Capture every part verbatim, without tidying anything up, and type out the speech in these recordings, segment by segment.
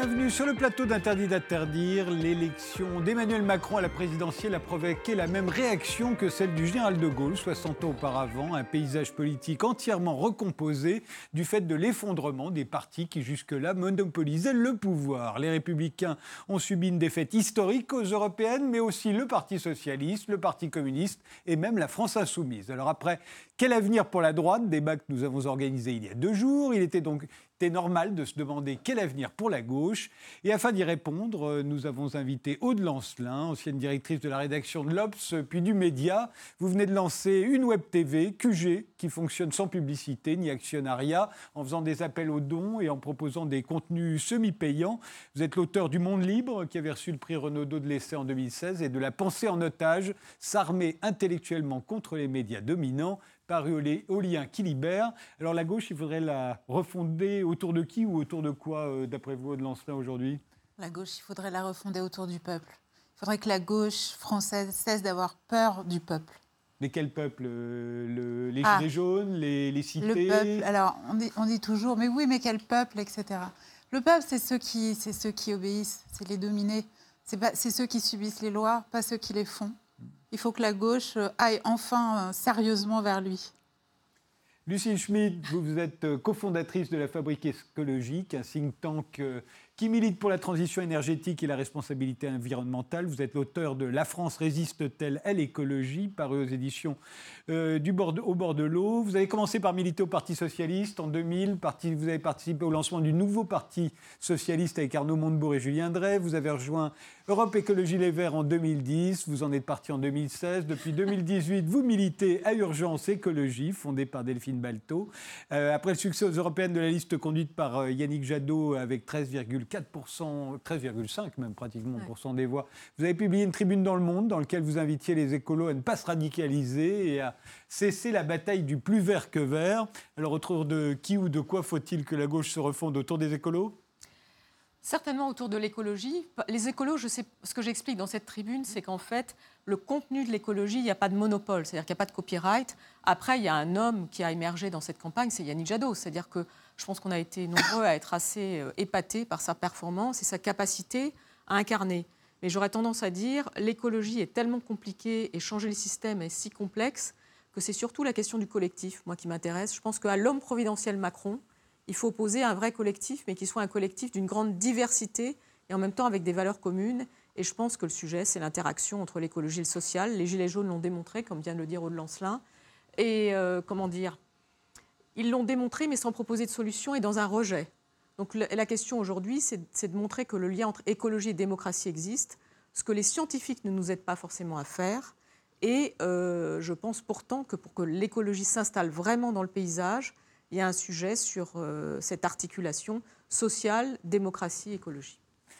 Bienvenue sur le plateau d'Interdit d'interdire. L'élection d'Emmanuel Macron à la présidentielle a provoqué la même réaction que celle du général de Gaulle soixante ans auparavant. Un paysage politique entièrement recomposé du fait de l'effondrement des partis qui jusque-là monopolisaient le pouvoir. Les Républicains ont subi une défaite historique aux européennes, mais aussi le Parti socialiste, le Parti communiste et même la France insoumise. Alors après, quel avenir pour la droite? Débat que nous avons organisé il y a deux jours. Il était donc C'était normal de se demander quel avenir pour la gauche. Et afin d'y répondre, nous avons invité Aude Lancelin, ancienne directrice de la rédaction de l'Obs, puis du Média. Vous venez de lancer une web T V, Q G, qui fonctionne sans publicité ni actionnariat, en faisant des appels aux dons et en proposant des contenus semi-payants. Vous êtes l'auteur du Monde Libre, qui avait reçu le prix Renaudot de l'Essai en deux mille seize, et de La Pensée en otage, s'armer intellectuellement contre les médias dominants, paru au lien qui libère. Alors la gauche, il faudrait la refonder autour de qui ou autour de quoi, euh, d'après vous, Aude Lancelin, aujourd'hui? La gauche, il faudrait la refonder autour du peuple. Il faudrait que la gauche française cesse d'avoir peur du peuple. Mais quel peuple? le, le, Les ah, gilets jaunes, les, les cités? Le peuple, alors on dit, on dit toujours, mais oui, mais quel peuple, et cetera. Le peuple, c'est ceux qui, c'est ceux qui obéissent, c'est les dominés. C'est, pas, c'est ceux qui subissent les lois, pas ceux qui les font. Il faut que la gauche aille enfin euh, sérieusement vers lui. Lucille Schmitt, vous, vous êtes cofondatrice de la Fabrique écologique, un think tank euh, qui milite pour la transition énergétique et la responsabilité environnementale. Vous êtes l'auteur de La France résiste-t-elle à l'écologie, paru aux éditions euh, du bord de, au bord de l'eau. Vous avez commencé par militer au Parti socialiste en deux mille. Parti, vous avez participé au lancement du nouveau Parti socialiste avec Arnaud Montebourg et Julien Drey. Vous avez rejoint Europe Écologie Les Verts en deux mille dix. Vous en êtes parti en deux mille seize. Depuis deux mille dix-huit, vous militez à Urgence Écologie, fondée par Delphine Balteau. Euh, après le succès aux européennes de la liste conduite par euh, Yannick Jadot avec treize virgule quatre pour cent, treize virgule cinq même pratiquement ouais. pour cent des voix, vous avez publié une tribune dans Le Monde dans laquelle vous invitiez les écolos à ne pas se radicaliser et à cesser la bataille du plus vert que vert. Alors autour de qui ou de quoi faut-il que la gauche se refonde? Autour des écolos? Certainement autour de l'écologie. Les écolos, je sais, ce que j'explique dans cette tribune, c'est qu'en fait, le contenu de l'écologie, il n'y a pas de monopole, c'est-à-dire qu'il n'y a pas de copyright. Après, il y a un homme qui a émergé dans cette campagne, c'est Yannick Jadot. C'est-à-dire que je pense qu'on a été nombreux à être assez euh, épatés par sa performance et sa capacité à incarner. Mais j'aurais tendance à dire, l'écologie est tellement compliquée et changer le système est si complexe que c'est surtout la question du collectif, moi, qui m'intéresse. Je pense qu'à l'homme providentiel Macron, il faut poser un vrai collectif, mais qui soit un collectif d'une grande diversité et en même temps avec des valeurs communes. Et je pense que le sujet, c'est l'interaction entre l'écologie et le social. Les Gilets jaunes l'ont démontré, comme vient de le dire Aude Lancelin. Et euh, comment dire, ils l'ont démontré, mais sans proposer de solution et dans un rejet. Donc la question aujourd'hui, c'est, c'est de montrer que le lien entre écologie et démocratie existe, ce que les scientifiques ne nous aident pas forcément à faire. Et euh, je pense pourtant que pour que l'écologie s'installe vraiment dans le paysage, il y a un sujet sur euh, cette articulation sociale, démocratie, écologie.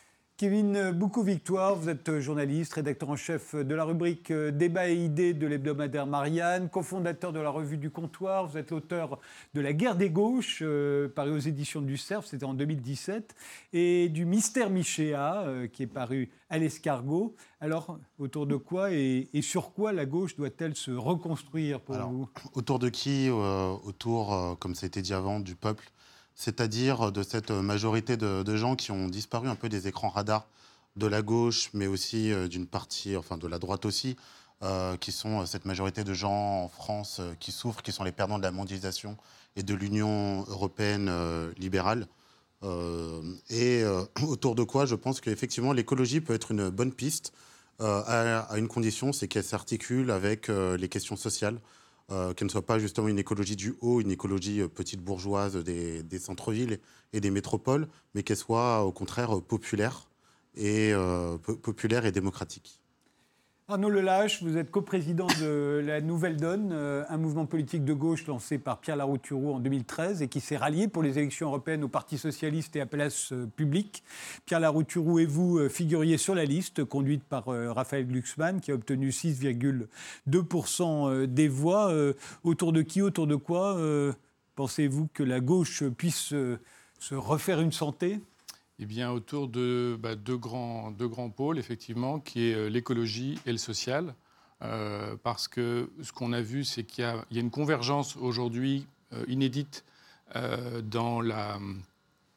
Kevin Boucou-Victoire, vous êtes journaliste, rédacteur en chef de la rubrique Débat et idées de l'hebdomadaire Marianne, cofondateur de la revue du Comptoir. Vous êtes l'auteur de La guerre des gauches, euh, paru aux éditions du Cerf, c'était en deux mille dix-sept, et du Mystère Michéa, euh, qui est paru à l'Escargot. Alors, autour de quoi et, et sur quoi la gauche doit-elle se reconstruire pour Alors, vous? Autour de qui euh, Autour, euh, comme ça a été dit avant, du peuple. C'est-à-dire de cette majorité de, de gens qui ont disparu un peu des écrans radars de la gauche, mais aussi euh, d'une partie, enfin de la droite aussi, euh, qui sont cette majorité de gens en France euh, qui souffrent, qui sont les perdants de la mondialisation et de l'Union européenne euh, libérale. Euh, et euh, autour de quoi, je pense qu'effectivement, l'écologie peut être une bonne piste, euh, à, à une condition, c'est qu'elle s'articule avec euh, les questions sociales. Euh, qu'elle ne soit pas justement une écologie du haut, une écologie euh, petite bourgeoise des, des centres-villes et des métropoles, mais qu'elle soit au contraire populaire et, euh, populaire et démocratique. Arnaud Lelâche, vous êtes coprésident de la Nouvelle Donne, euh, un mouvement politique de gauche lancé par Pierre Larouturou en deux mille treize et qui s'est rallié pour les élections européennes au Parti socialiste et à Place euh, publique. Pierre Larouturou et vous euh, figuriez sur la liste conduite par euh, Raphaël Glucksmann qui a obtenu six virgule deux pour cent des voix. Euh, autour de qui, autour de quoi euh, pensez-vous que la gauche puisse euh, se refaire une santé ? Eh bien, autour de bah, deux, grands, deux grands pôles, effectivement, qui est l'écologie et le social. Euh, parce que ce qu'on a vu, c'est qu'il y a, il y a une convergence aujourd'hui euh, inédite euh, dans, la,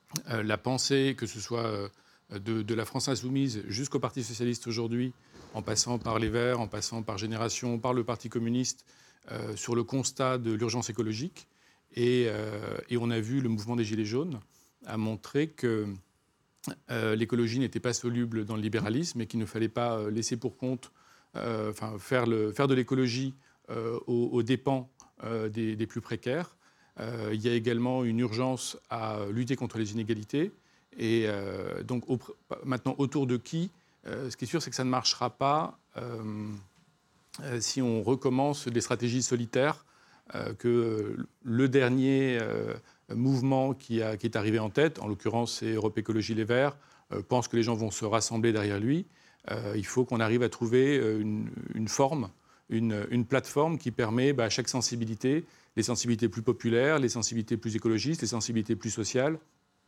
euh, la pensée, que ce soit euh, de, de la France insoumise jusqu'au Parti socialiste aujourd'hui, en passant par les Verts, en passant par Génération, par le Parti communiste, euh, sur le constat de l'urgence écologique. Et, euh, et on a vu le mouvement des Gilets jaunes a montré que euh, l'écologie n'était pas soluble dans le libéralisme et qu'il ne fallait pas euh, laisser pour compte, euh, enfin, faire, le, faire de l'écologie euh, aux, aux dépens euh, des, des plus précaires. Euh, il y a également une urgence à lutter contre les inégalités. Et euh, donc au, maintenant, autour de qui euh, ce qui est sûr, c'est que ça ne marchera pas euh, euh, si on recommence des stratégies solitaires, euh, que le dernier euh, mouvement qui, a, qui est arrivé en tête, en l'occurrence c'est Europe Écologie Les Verts, euh, pense que les gens vont se rassembler derrière lui. Euh, il faut qu'on arrive à trouver une, une forme, une, une plateforme qui permet bah, à chaque sensibilité, les sensibilités plus populaires, les sensibilités plus écologistes, les sensibilités plus sociales,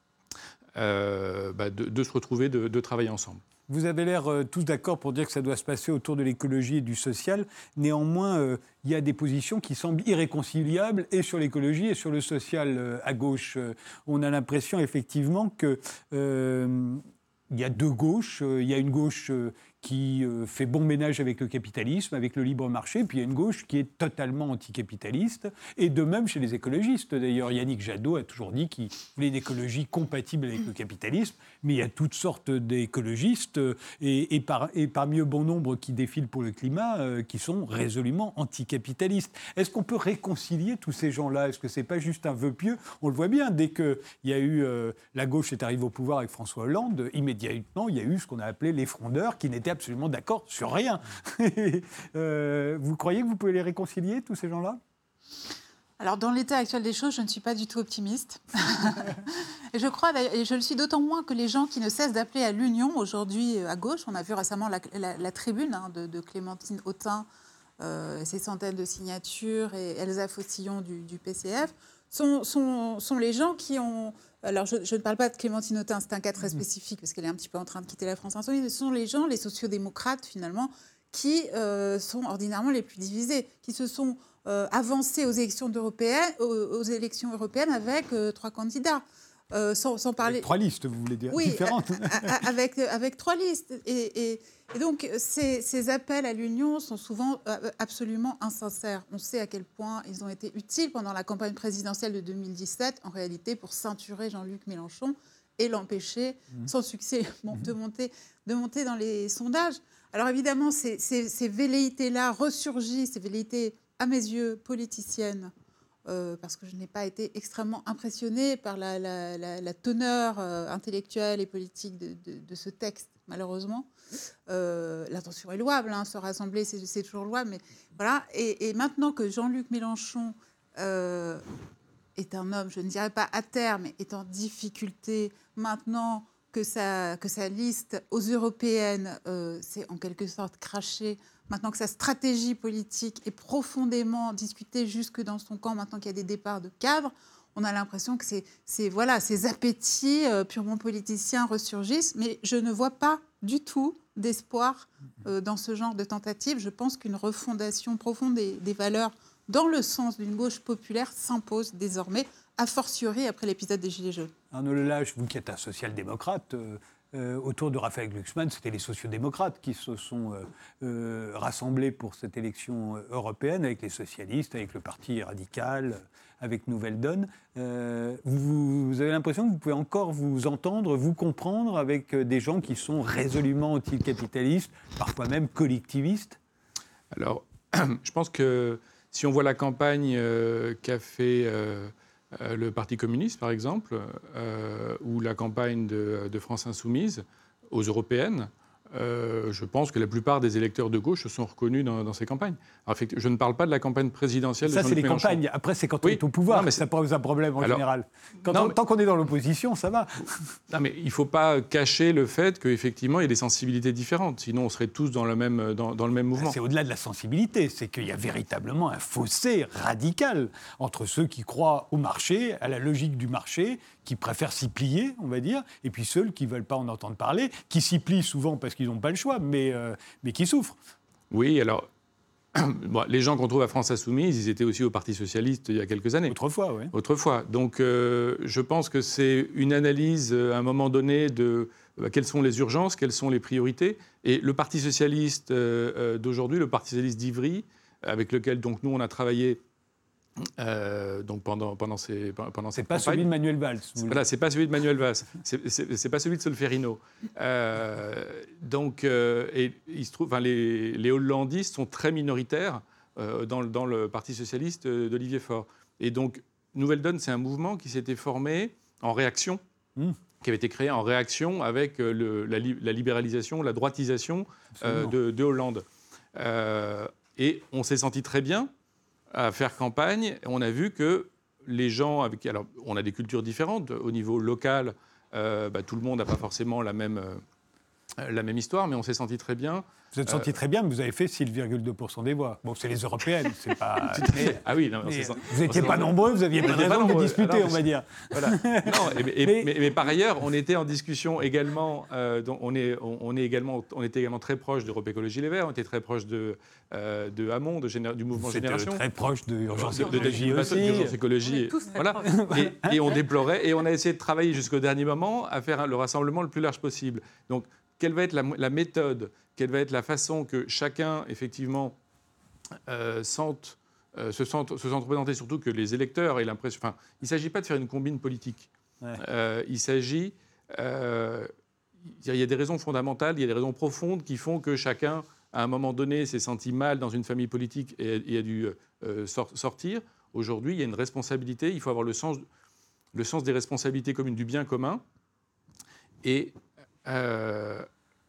euh, bah, de, de se retrouver, de, de travailler ensemble. Vous avez l'air euh, tous d'accord pour dire que ça doit se passer autour de l'écologie et du social. Néanmoins, euh, il y a des positions qui semblent irréconciliables, et sur l'écologie et sur le social euh, à gauche. Euh, on a l'impression effectivement qu'il euh, y a deux gauches. Euh, il y a une gauche euh, qui euh, fait bon ménage avec le capitalisme, avec le libre marché, puis il y a une gauche qui est totalement anticapitaliste, et de même chez les écologistes. D'ailleurs, Yannick Jadot a toujours dit qu'il voulait une écologie compatible avec le capitalisme, mais il y a toutes sortes d'écologistes, et, et, par, et parmi eux bon nombre qui défilent pour le climat, euh, qui sont résolument anticapitalistes. Est-ce qu'on peut réconcilier tous ces gens-là? Est-ce que c'est pas juste un vœu pieux? On le voit bien, dès que il y a eu, euh, la gauche est arrivée au pouvoir avec François Hollande, immédiatement, il y a eu ce qu'on a appelé les frondeurs, qui n'étaient absolument d'accord sur rien. euh, vous croyez que vous pouvez les réconcilier, tous ces gens-là? Alors, dans l'état actuel des choses, je ne suis pas du tout optimiste. Et je crois, et je le suis d'autant moins que les gens qui ne cessent d'appeler à l'union aujourd'hui à gauche, on a vu récemment la, la, la tribune hein, de, de Clémentine Autain, euh, ses centaines de signatures, et Elsa Faucillon du, du P C F, sont, sont, sont les gens qui ont... Alors, je, je ne parle pas de Clémentine Autain, c'est un cas très spécifique, parce qu'elle est un petit peu en train de quitter la France insoumise, mais ce sont les gens, les sociodémocrates, finalement, qui euh, sont ordinairement les plus divisés, qui se sont euh, avancés aux élections européennes, aux, aux élections européennes avec euh, trois candidats. Euh, sans, sans parler... Avec trois listes, vous voulez dire, oui, différentes. a, a, avec, avec trois listes. Et, et, et donc, ces, ces appels à l'union sont souvent absolument insincères. On sait à quel point ils ont été utiles pendant la campagne présidentielle de deux mille dix-sept, en réalité, pour ceinturer Jean-Luc Mélenchon et l'empêcher, mmh. sans succès, bon, mmh. de, monter, de monter dans les sondages. Alors évidemment, ces, ces, ces velléités-là ressurgissent, ces velléités, à mes yeux, politiciennes, Euh, parce que je n'ai pas été extrêmement impressionnée par la, la, la, la teneur euh, intellectuelle et politique de, de, de ce texte, malheureusement. Euh, l'intention est louable, hein, se rassembler, c'est, c'est toujours louable, mais voilà. Et, et maintenant que Jean-Luc Mélenchon euh, est un homme, je ne dirais pas à terre, mais est en difficulté, maintenant que sa, que sa liste aux européennes euh, s'est en quelque sorte crachée, maintenant que sa stratégie politique est profondément discutée jusque dans son camp, maintenant qu'il y a des départs de cadres, on a l'impression que c'est, c'est, voilà, ces appétits euh, purement politiciens ressurgissent. Mais je ne vois pas du tout d'espoir euh, dans ce genre de tentative. Je pense qu'une refondation profonde des, des valeurs dans le sens d'une gauche populaire s'impose désormais, a fortiori après l'épisode des Gilets jaunes. Arnaud Lelage, vous qui êtes un social-démocrate, euh, euh, autour de Raphaël Glucksmann, c'était les sociodémocrates qui se sont euh, euh, rassemblés pour cette élection européenne, avec les socialistes, avec le Parti radical, avec Nouvelle Donne. Euh, vous, vous avez l'impression que vous pouvez encore vous entendre, vous comprendre avec des gens qui sont résolument anticapitalistes, parfois même collectivistes? Alors, je pense que si on voit la campagne euh, qu'a fait euh, euh, le Parti communiste, par exemple, euh, ou la campagne de, de France insoumise aux européennes, euh, je pense que la plupart des électeurs de gauche se sont reconnus dans, dans ces campagnes. Alors, je ne parle pas de la campagne présidentielle. Ça, de c'est les Mélenchon. campagnes. Après, c'est quand oui. on est au pouvoir, non, mais ça pose un problème en Alors, général. Quand non, on, mais... Tant qu'on est dans l'opposition, ça va. Non, mais il ne faut pas cacher le fait qu'effectivement, il y a des sensibilités différentes. Sinon, on serait tous dans le même, dans, dans le même mouvement. C'est au-delà de la sensibilité. C'est qu'il y a véritablement un fossé radical entre ceux qui croient au marché, à la logique du marché, qui préfèrent s'y plier, on va dire, et puis ceux qui ne veulent pas en entendre parler, qui s'y plient souvent parce qu'ils n'ont pas le choix, mais, euh, mais qui souffrent. Oui, alors, bon, les gens qu'on trouve à France Insoumise, ils étaient aussi au Parti Socialiste il y a quelques années. Autrefois, oui. Autrefois. Donc, euh, je pense que c'est une analyse, à un moment donné, de bah, quelles sont les urgences, quelles sont les priorités. Et le Parti Socialiste euh, d'aujourd'hui, le Parti Socialiste d'Ivry, avec lequel donc, nous, on a travaillé euh, donc pendant, pendant ces pendant C'est cette pas campagne. celui de Manuel Valls. Voilà, c'est pas celui de Manuel Valls, c'est, c'est, c'est pas celui de Solferino. Euh, donc, euh, et il se trouve, enfin, les, les hollandistes sont très minoritaires euh, dans, dans le Parti socialiste d'Olivier Faure. Et donc, Nouvelle Donne, c'est un mouvement qui s'était formé en réaction, mmh. qui avait été créé en réaction avec le, la, la libéralisation, la droitisation euh, de, de Hollande. Euh, et on s'est senti très bien à faire campagne. On a vu que les gens avec... Alors, on a des cultures différentes. Au niveau local, euh, bah, tout le monde n'a pas forcément la même, euh, la même histoire, mais on s'est senti très bien. Vous êtes senti euh... très bien, mais vous avez fait six virgule deux pour cent des voix. Bon, c'est les européennes, c'est pas... mais... Ah oui, non, mais mais on vous n'étiez pas nombreux, vous aviez pas de raison de vous disputer, on va dire. Voilà. Non, et, et, mais... Mais, mais par ailleurs, on était en discussion également, euh, donc on, est, on, on, est également, on était également très proche d'Europe Écologie Les Verts, on était très proche de, euh, de Hamon, de géné... du mouvement C'était Génération. très proche de Urgence de, Écologie de, de, aussi. Urgence Écologie. Voilà. Et, et on déplorait, et on a essayé de travailler jusqu'au dernier moment à faire le rassemblement le plus large possible. Donc, quelle va être la, la méthode, quelle va être la façon que chacun, effectivement, euh, sente, euh, se, sente, se sente représenté, surtout que les électeurs aient l'impression... Enfin, il ne s'agit pas de faire une combine politique. Ouais. Euh, il s'agit... Euh, il y a des raisons fondamentales, il y a des raisons profondes qui font que chacun, à un moment donné, s'est senti mal dans une famille politique et, et a dû euh, sortir. Aujourd'hui, il y a une responsabilité, il faut avoir le sens, le sens des responsabilités communes, du bien commun. Et... Euh,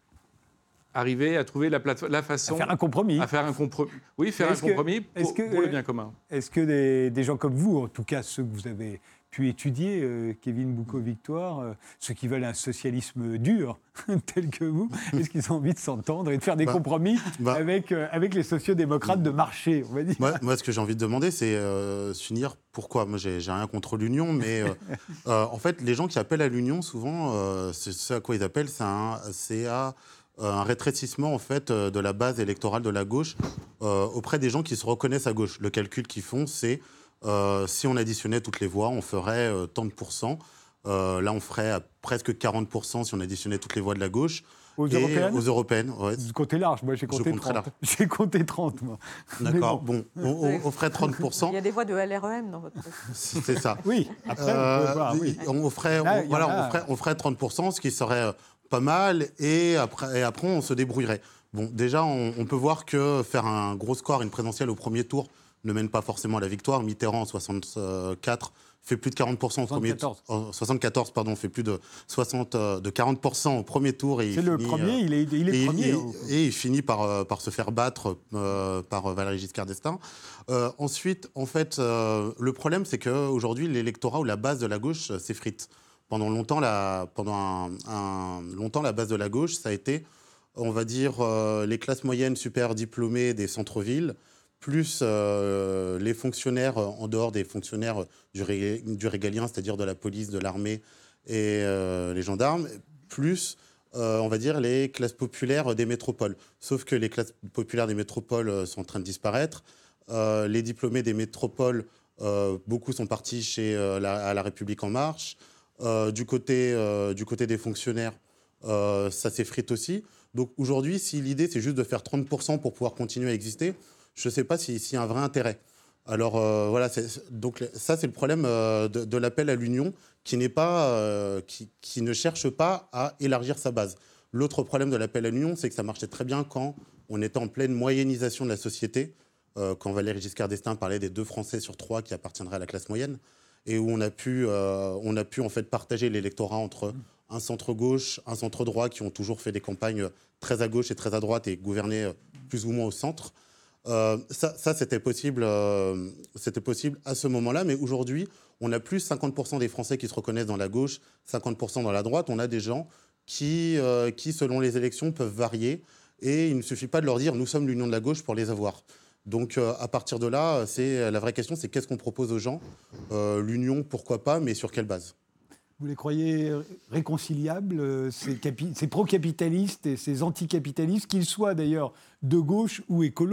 arriver à trouver la, plate- la façon... À faire un compromis. À faire un compromis. Oui, faire un que, compromis pour, que, pour le bien commun. Est-ce que des, des gens comme vous, en tout cas ceux que vous avez pu étudier, euh, Kevin Boucaud-Victoire, euh, ceux qui veulent un socialisme dur, tel que vous, est-ce qu'ils ont envie de s'entendre et de faire des bah, compromis bah, avec, euh, avec les sociodémocrates de marché, on va dire? Moi, moi ce que j'ai envie de demander, c'est euh, s'unir. Pourquoi? Moi, j'ai, j'ai rien contre l'union, mais euh, euh, en fait, les gens qui appellent à l'union, souvent, euh, c'est ce à quoi ils appellent, c'est, un, c'est à... un rétrécissement en fait de la base électorale de la gauche euh, auprès des gens qui se reconnaissent à gauche. Le calcul qu'ils font, c'est euh, si on additionnait toutes les voix, on ferait euh, tant de pourcents. Euh, là, on ferait à presque quarante pour cent si on additionnait toutes les voix de la gauche. Aux européennes Aux européennes, ouais. Vous comptez large, moi j'ai compté trente. J'ai compté trente, moi. D'accord, bon, bon on, on ferait trente pour cent. Il y a des voix de L R E M dans votre truc. C'est ça. Oui, après, euh, on peut voir, oui. On ferait, Là, on, voilà, a... on, ferait, on ferait trente pour cent, ce qui serait pas mal, et après, et après on se débrouillerait. Bon, déjà, on, on peut voir que faire un gros score, une présidentielle au premier tour, ne mène pas forcément à la victoire. Mitterrand, en soixante-quatre, fait plus de quarante pour cent au premier tour. En soixante-quatorze, pardon, fait plus de, soixante, de quarante pour cent au premier tour. Et c'est le finit, premier, euh, il est, il est et, premier. Et, au... et il finit par, par se faire battre euh, par Valéry Giscard d'Estaing. Euh, ensuite, en fait, euh, le problème, c'est qu'aujourd'hui, l'électorat ou la base de la gauche s'effrite. Pendant longtemps, la, pendant un, un, longtemps, la base de la gauche, ça a été, on va dire, euh, les classes moyennes super diplômées des centres-villes, plus euh, les fonctionnaires en dehors des fonctionnaires du, ré, du régalien, c'est-à-dire de la police, de l'armée et euh, les gendarmes, plus, euh, on va dire, les classes populaires des métropoles. Sauf que les classes populaires des métropoles sont en train de disparaître. Euh, les diplômés des métropoles, euh, beaucoup sont partis chez, euh, la, à La République En Marche. Euh, du, côté, euh, du côté des fonctionnaires, euh, ça s'effrite aussi. Donc aujourd'hui, si l'idée, c'est juste de faire trente pour cent pour pouvoir continuer à exister, je ne sais pas s'il si y a un vrai intérêt. Alors euh, voilà, c'est, donc ça, c'est le problème euh, de, de l'appel à l'union qui, n'est pas, euh, qui, qui ne cherche pas à élargir sa base. L'autre problème de l'appel à l'union, c'est que ça marchait très bien quand on était en pleine moyennisation de la société, euh, quand Valéry Giscard d'Estaing parlait des deux Français sur trois qui appartiendraient à la classe moyenne, et où on a pu, euh, on a pu en fait partager l'électorat entre un centre-gauche, un centre-droit qui ont toujours fait des campagnes très à gauche et très à droite et gouverné plus ou moins au centre. Euh, ça, ça c'était possible, euh, c'était possible à ce moment-là, mais aujourd'hui, on a plus cinquante pour cent des Français qui se reconnaissent dans la gauche, cinquante pour cent dans la droite. On a des gens qui, euh, qui, selon les élections, peuvent varier et il ne suffit pas de leur dire « nous sommes l'union de la gauche » pour les avoir. Donc, euh, à partir de là, c'est, la vraie question, c'est qu'est-ce qu'on propose aux gens ? euh, L'union, pourquoi pas, mais sur quelle base ? Vous les croyez réconciliables, ces, capi- ces pro-capitalistes et ces anticapitalistes, qu'ils soient d'ailleurs de gauche ou écolos ?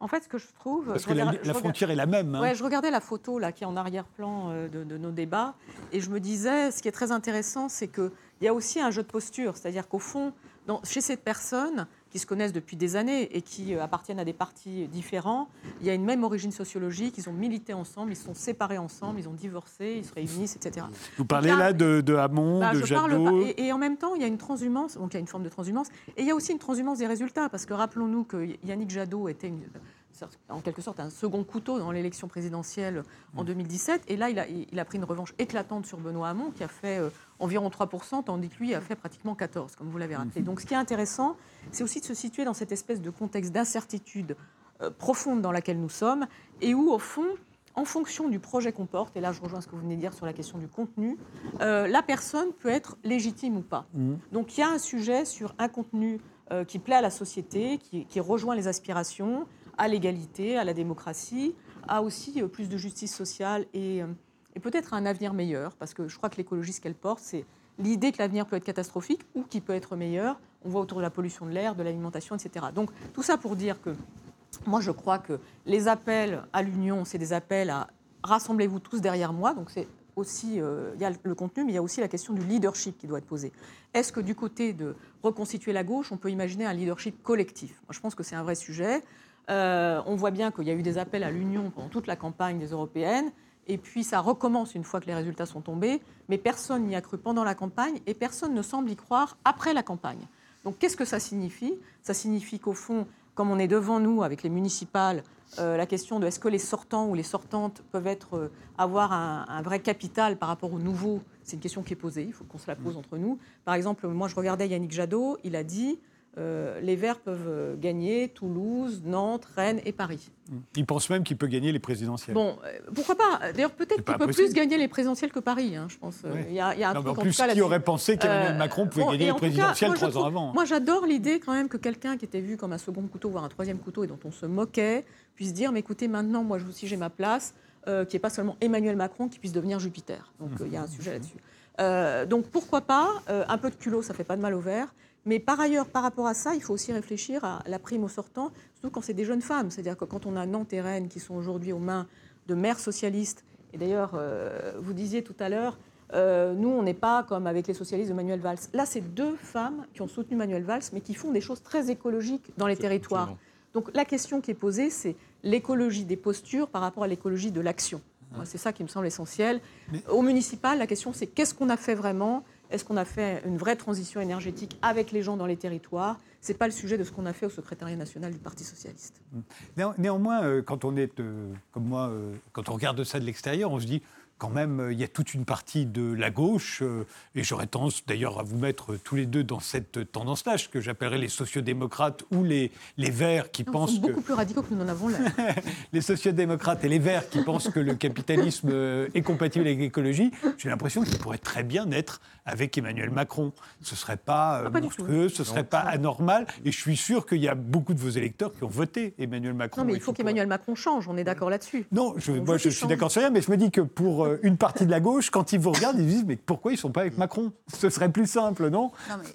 En fait, ce que je trouve... Parce je que la, regarde, la frontière regarde, est la même. Hein. Ouais, je regardais la photo là, qui est en arrière-plan euh, de, de nos débats, et je me disais, ce qui est très intéressant, c'est qu'il y a aussi un jeu de posture. C'est-à-dire qu'au fond, dans, chez ces personnes qui se connaissent depuis des années et qui euh, appartiennent à des partis différents, il y a une même origine sociologique, ils ont milité ensemble, ils se sont séparés ensemble, ils ont divorcé, ils se réunissent, et cetera. Vous parlez là, là de, de Hamon, bah, de je Jadot... parle, et, et en même temps, il y a une transhumance, donc il y a une forme de transhumance, et il y a aussi une transhumance des résultats, parce que rappelons-nous que Yannick Jadot était une... en quelque sorte un second couteau dans l'élection présidentielle en deux mille dix-sept. Et là, il a, il a pris une revanche éclatante sur Benoît Hamon, qui a fait euh, environ trois pour cent, tandis que lui a fait pratiquement quatorze pour cent, comme vous l'avez rappelé. Donc ce qui est intéressant, c'est aussi de se situer dans cette espèce de contexte d'incertitude euh, profonde dans laquelle nous sommes, et où, au fond, en fonction du projet qu'on porte, et là je rejoins ce que vous venez de dire sur la question du contenu, euh, la personne peut être légitime ou pas. Mmh. Donc il y a un sujet sur un contenu euh, qui plaît à la société, qui, qui rejoint les aspirations, à l'égalité, à la démocratie, à aussi plus de justice sociale et, et peut-être un avenir meilleur, parce que je crois que l'écologie, ce qu'elle porte, c'est l'idée que l'avenir peut être catastrophique ou qu'il peut être meilleur. On voit autour de la pollution de l'air, de l'alimentation, et cetera. Donc tout ça pour dire que moi, je crois que les appels à l'union, c'est des appels à rassemblez-vous tous derrière moi. Donc c'est aussi, euh, il y a le contenu, mais il y a aussi la question du leadership qui doit être posée. Est-ce que du côté de reconstituer la gauche, on peut imaginer un leadership collectif ? Moi, je pense que c'est un vrai sujet. Euh, on voit bien qu'il y a eu des appels à l'union pendant toute la campagne des européennes, et puis ça recommence une fois que les résultats sont tombés, mais personne n'y a cru pendant la campagne, et personne ne semble y croire après la campagne. Donc qu'est-ce que ça signifie ? Ça signifie qu'au fond, comme on est devant nous avec les municipales, euh, la question de est-ce que les sortants ou les sortantes peuvent être, euh, avoir un, un vrai capital par rapport aux nouveaux, c'est une question qui est posée, il faut qu'on se la pose entre nous. Par exemple, moi je regardais Yannick Jadot, il a dit... Euh, les Verts peuvent gagner Toulouse, Nantes, Rennes et Paris. Il pense même qu'il peut gagner les présidentielles. Bon, euh, pourquoi pas ? D'ailleurs, peut-être qu'il peut impossible. plus gagner les présidentielles que Paris, hein, je pense. Ouais. Il y a, il y a un non, truc en plus, qui aurait pensé qu'Emmanuel euh, Macron pouvait bon, gagner les présidentielles trois ans avant. Moi, j'adore l'idée quand même que quelqu'un qui était vu comme un second couteau, voire un troisième couteau, et dont on se moquait, puisse dire, mais écoutez, maintenant, moi aussi, j'ai ma place, euh, qui n'est pas seulement Emmanuel Macron qui puisse devenir Jupiter. Donc, il mmh. euh, y a un sujet là-dessus. Euh, donc, pourquoi pas ? euh, Un peu de culot, ça ne fait pas de mal au vert. Mais par ailleurs, par rapport à ça, il faut aussi réfléchir à la prime aux sortants, surtout quand c'est des jeunes femmes. C'est-à-dire que quand on a Nantes et Rennes qui sont aujourd'hui aux mains de maires socialistes, et d'ailleurs, euh, vous disiez tout à l'heure, euh, nous, on n'est pas comme avec les socialistes de Manuel Valls. Là, c'est deux femmes qui ont soutenu Manuel Valls, mais qui font des choses très écologiques dans les territoires. Absolument. Donc la question qui est posée, c'est l'écologie des postures par rapport à l'écologie de l'action. Moi, c'est ça qui me semble essentiel. Mais... Au municipal, la question, c'est qu'est-ce qu'on a fait vraiment ? Est-ce qu'on a fait une vraie transition énergétique avec les gens dans les territoires ? Ce n'est pas le sujet de ce qu'on a fait au secrétariat national du Parti socialiste. Néanmoins, quand on est, comme moi, quand on regarde ça de l'extérieur, on se dit quand même, il y a toute une partie de la gauche, et j'aurais tendance d'ailleurs à vous mettre tous les deux dans cette tendance-là, ce que j'appellerais les sociodémocrates ou les, les Verts qui non, pensent... Ils sont que... beaucoup plus radicaux que nous n'en avons l'air. Les sociodémocrates et les Verts qui pensent que le capitalisme est compatible avec l'écologie, j'ai l'impression qu'ils pourraient très bien être avec Emmanuel Macron. Ce ne serait pas, ah, pas monstrueux, ce ne serait non, pas anormal, et je suis sûr qu'il y a beaucoup de vos électeurs qui ont voté Emmanuel Macron. Non, mais il faut qu'Emmanuel pourrait... Macron change, on est d'accord là-dessus. Non, je, moi je suis d'accord sur rien, mais je me dis que pour une partie de la gauche, quand ils vous regardent, ils disent « mais pourquoi ils ne sont pas avec Macron ?» Ce serait plus simple, non ? Non, mais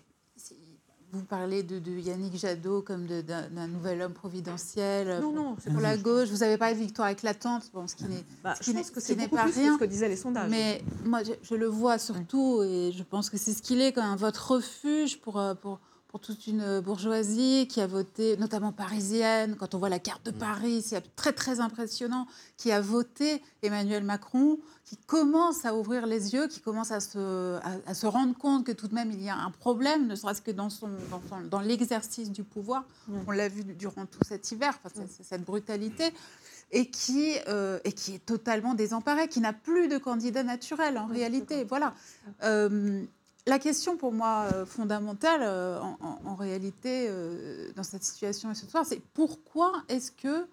vous parlez de, de Yannick Jadot comme de, d'un, d'un nouvel homme providentiel non, non, c'est pour la gauche. Vous avez parlé de victoire éclatante, bon, ce qui n'est, bah, ce qui je n'est, pense que ce c'est qui n'est beaucoup pas plus rien. Que ce que disaient les sondages. Mais moi, je, je le vois surtout, et je pense que c'est ce qu'il est, comme un vote refuge pour... pour pour toute une bourgeoisie qui a voté, notamment parisienne, quand on voit la carte de Paris, c'est très très impressionnant, qui a voté Emmanuel Macron, qui commence à ouvrir les yeux, qui commence à se, à, à se rendre compte que tout de même il y a un problème, ne serait-ce que dans, son, dans, son, dans l'exercice du pouvoir. Mmh. On l'a vu durant tout cet hiver, enfin, c'est, c'est cette brutalité. Et qui, euh, et qui est totalement désemparé, qui n'a plus de candidat naturel en mmh. réalité. Voilà. Euh, La question pour moi euh, fondamentale euh, en, en, en réalité euh, dans cette situation et ce soir, c'est pourquoi est-ce que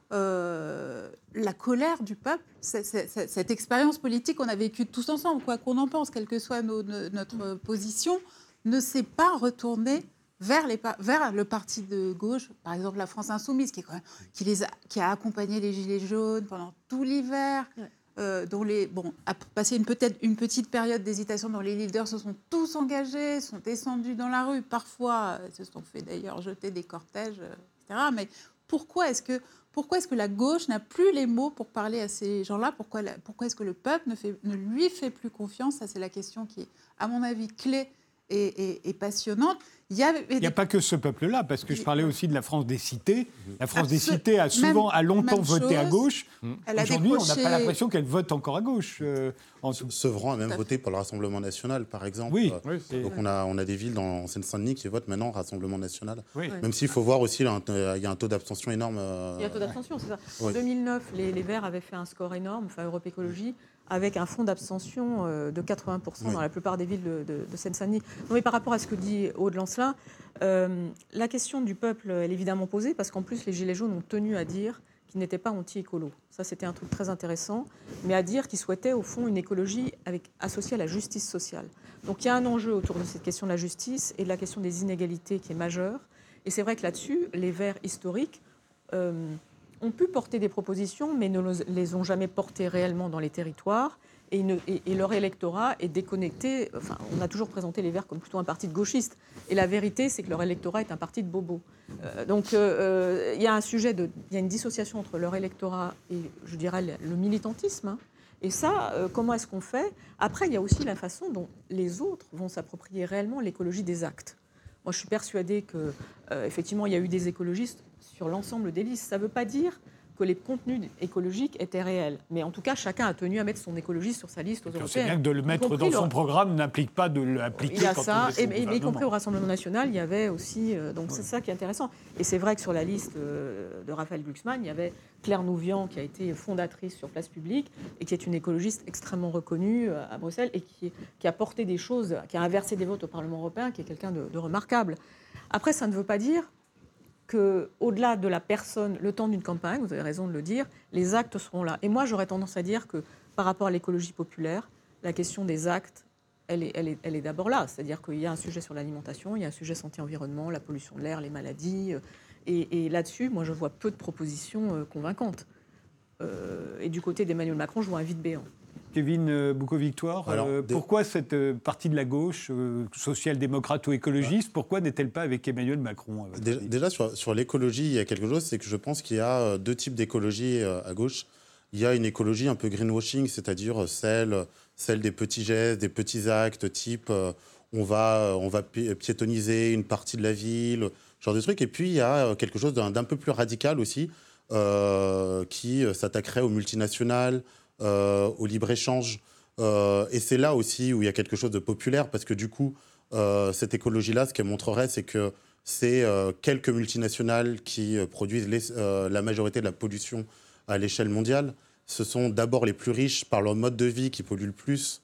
euh, la colère du peuple, c'est, c'est, c'est, cette expérience politique qu'on a vécue tous ensemble, quoi qu'on en pense, quelle que soit nos, nos, notre position, ne s'est pas retournée vers, les, vers le parti de gauche, par exemple la France Insoumise, qui, est quand même, qui, les a, qui a accompagné les Gilets jaunes pendant tout l'hiver. Ouais. Euh, dont les, bon, a passé une, peut-être une petite période d'hésitation dont les leaders se sont tous engagés, sont descendus dans la rue, parfois se sont fait d'ailleurs jeter des cortèges, et cetera. Mais pourquoi est-ce que, pourquoi est-ce que la gauche n'a plus les mots pour parler à ces gens-là ? Pourquoi, la, pourquoi est-ce que le peuple ne, fait, ne lui fait plus confiance ? Ça, c'est la question qui est, à mon avis, clé et, et, et passionnante. Il n'y a, a pas que ce peuple-là, parce que je parlais aussi de la France des cités. La France Absol- des cités a souvent, même, a longtemps voté chose. à gauche. Elle a Aujourd'hui, décroché... on n'a pas l'impression qu'elle vote encore à gauche. Euh, en tout. Sevran a même voté pour le Rassemblement national, par exemple. Oui. Euh, oui donc on a, on a des villes dans, en Seine-Saint-Denis qui votent maintenant Rassemblement national. Oui. Même s'il faut voir aussi, là, il y a un taux d'abstention énorme. Euh... Il y a un taux d'abstention, c'est ça. En Oui. deux mille neuf, les, les Verts avaient fait un score énorme, enfin Europe Écologie, avec un fonds d'abstention euh, de quatre-vingts pour cent Oui. dans la plupart des villes de, de, de Seine-Saint-Denis. Non, mais par rapport à ce que dit Aude Lancelin, euh, la question du peuple, elle est évidemment posée, parce qu'en plus, les Gilets jaunes ont tenu à dire qu'ils n'étaient pas anti-écolo. Ça, c'était un truc très intéressant, mais à dire qu'ils souhaitaient, au fond, une écologie avec, associée à la justice sociale. Donc il y a un enjeu autour de cette question de la justice et de la question des inégalités qui est majeure. Et c'est vrai que là-dessus, les Verts historiques euh, ont pu porter des propositions, mais ne les ont jamais portées réellement dans les territoires. Et, ne, et, et leur électorat est déconnecté. Enfin, on a toujours présenté les Verts comme plutôt un parti de gauchistes. Et la vérité, c'est que leur électorat est un parti de bobos. Euh, donc, il euh, y a un sujet de, il y a une dissociation entre leur électorat et, je dirais, le, le militantisme. Hein. Et ça, euh, comment est-ce qu'on fait ? Après, il y a aussi la façon dont les autres vont s'approprier réellement l'écologie des actes. Moi, je suis persuadée que, euh, effectivement, il y a eu des écologistes sur l'ensemble des listes. Ça ne veut pas dire que les contenus écologiques étaient réels. Mais en tout cas, chacun a tenu à mettre son écologie sur sa liste aux C'est européennes. bien que de le mettre dans son le... programme n'implique pas de l'appliquer. Il y a quand ça, on est et, et y compris au Rassemblement national, il y avait aussi... Euh, donc ouais. C'est ça qui est intéressant. Et c'est vrai que sur la liste euh, de Raphaël Glucksmann, il y avait Claire Nouvian, qui a été fondatrice sur Place Publique, et qui est une écologiste extrêmement reconnue euh, à Bruxelles, et qui, qui a porté des choses, qui a inversé des votes au Parlement européen, qui est quelqu'un de, de remarquable. Après, ça ne veut pas dire qu'au-delà de la personne, le temps d'une campagne, vous avez raison de le dire, les actes seront là. Et moi, j'aurais tendance à dire que par rapport à l'écologie populaire, la question des actes, elle est, elle est, elle est d'abord là. C'est-à-dire qu'il y a un sujet sur l'alimentation, il y a un sujet santé-environnement, la pollution de l'air, les maladies. Et, et là-dessus, moi, je vois peu de propositions convaincantes. Euh, et du côté d'Emmanuel Macron, je vois un vide béant. Kevin Boucaud-Victoire, euh, des... pourquoi cette euh, partie de la gauche, euh, social-démocrate ou écologiste, pourquoi n'est-elle pas avec Emmanuel Macron ? Déjà, déjà sur, sur l'écologie, il y a quelque chose, c'est que je pense qu'il y a deux types d'écologie euh, à gauche. Il y a une écologie un peu greenwashing, c'est-à-dire celle, celle des petits gestes, des petits actes, type euh, on va, on va pi- piétoniser une partie de la ville, ce genre de trucs. Et puis il y a quelque chose d'un, d'un peu plus radical aussi, euh, qui s'attaquerait aux multinationales, Euh, au libre-échange. Euh, et c'est là aussi où il y a quelque chose de populaire, parce que du coup, euh, cette écologie-là, ce qu'elle montrerait, c'est que c'est euh, quelques multinationales qui euh, produisent les, euh, la majorité de la pollution à l'échelle mondiale. Ce sont d'abord les plus riches par leur mode de vie qui polluent le plus.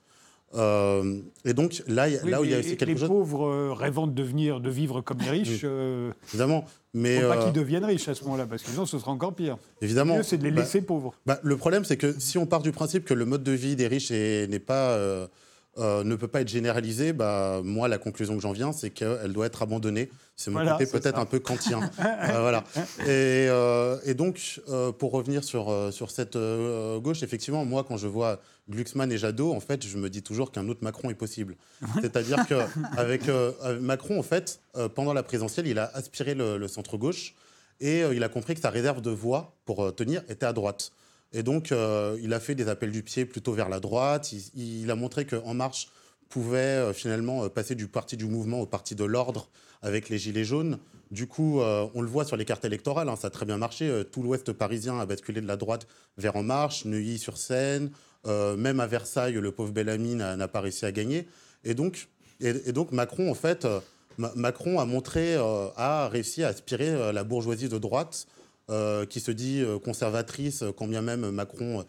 Euh, et donc là, oui, là où il y a aussi quelque les chose... Les pauvres euh, rêvant de devenir, de vivre comme les riches. Euh, Évidemment, mais... Il ne faut pas euh... qu'ils deviennent riches à ce moment-là, parce que sinon ce sera encore pire. Évidemment. Le mieux, c'est de les laisser bah, pauvres. Bah, le problème, c'est que si on part du principe que le mode de vie des riches est, n'est pas, euh, euh, ne peut pas être généralisé, bah, moi, la conclusion que j'en viens, c'est qu'elle doit être abandonnée. C'est mon voilà, côté c'est peut-être ça. un peu kantien. euh, voilà. Et, euh, et donc, euh, pour revenir sur, euh, sur cette euh, gauche, effectivement, moi, quand je vois Glucksmann et Jadot, en fait, je me dis toujours qu'un autre Macron est possible. C'est-à-dire qu'avec euh, Macron, en fait, euh, pendant la présidentielle, il a aspiré le, le centre-gauche et euh, il a compris que sa réserve de voix pour euh, tenir était à droite. Et donc, euh, il a fait des appels du pied plutôt vers la droite. Il, il a montré qu'En Marche pouvait euh, finalement euh, passer du parti du mouvement au parti de l'ordre avec les Gilets jaunes. Du coup, euh, on le voit sur les cartes électorales, hein, ça a très bien marché. Euh, tout l'ouest parisien a basculé de la droite vers En Marche, Neuilly-sur-Seine, euh, même à Versailles, le pauvre Bellamy n'a, n'a pas réussi à gagner. Et donc, et, et donc Macron, en fait, euh, Ma- Macron a montré, euh, a réussi à aspirer euh, la bourgeoisie de droite, euh, qui se dit euh, conservatrice, quand bien même Macron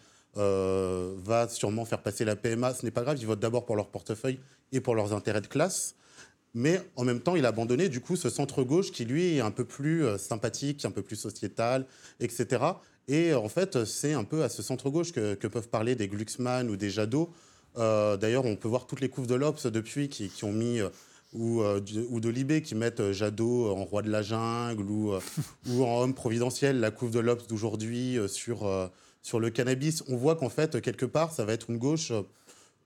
euh, va sûrement faire passer la P M A. Ce n'est pas grave, ils votent d'abord pour leur portefeuille et pour leurs intérêts de classe. Mais en même temps, il a abandonné du coup ce centre-gauche qui, lui, est un peu plus euh, sympathique, un peu plus sociétal, et cetera. Et en fait, c'est un peu à ce centre-gauche que, que peuvent parler des Glucksmann ou des Jadot. Euh, d'ailleurs, on peut voir toutes les couves de l'Obs depuis qui, qui ont mis... Euh, Ou, euh, ou de Libé qui mettent Jadot en roi de la jungle ou, euh, ou en homme providentiel, la couve de l'Obs d'aujourd'hui euh, sur, euh, sur le cannabis. On voit qu'en fait, quelque part, ça va être une gauche euh,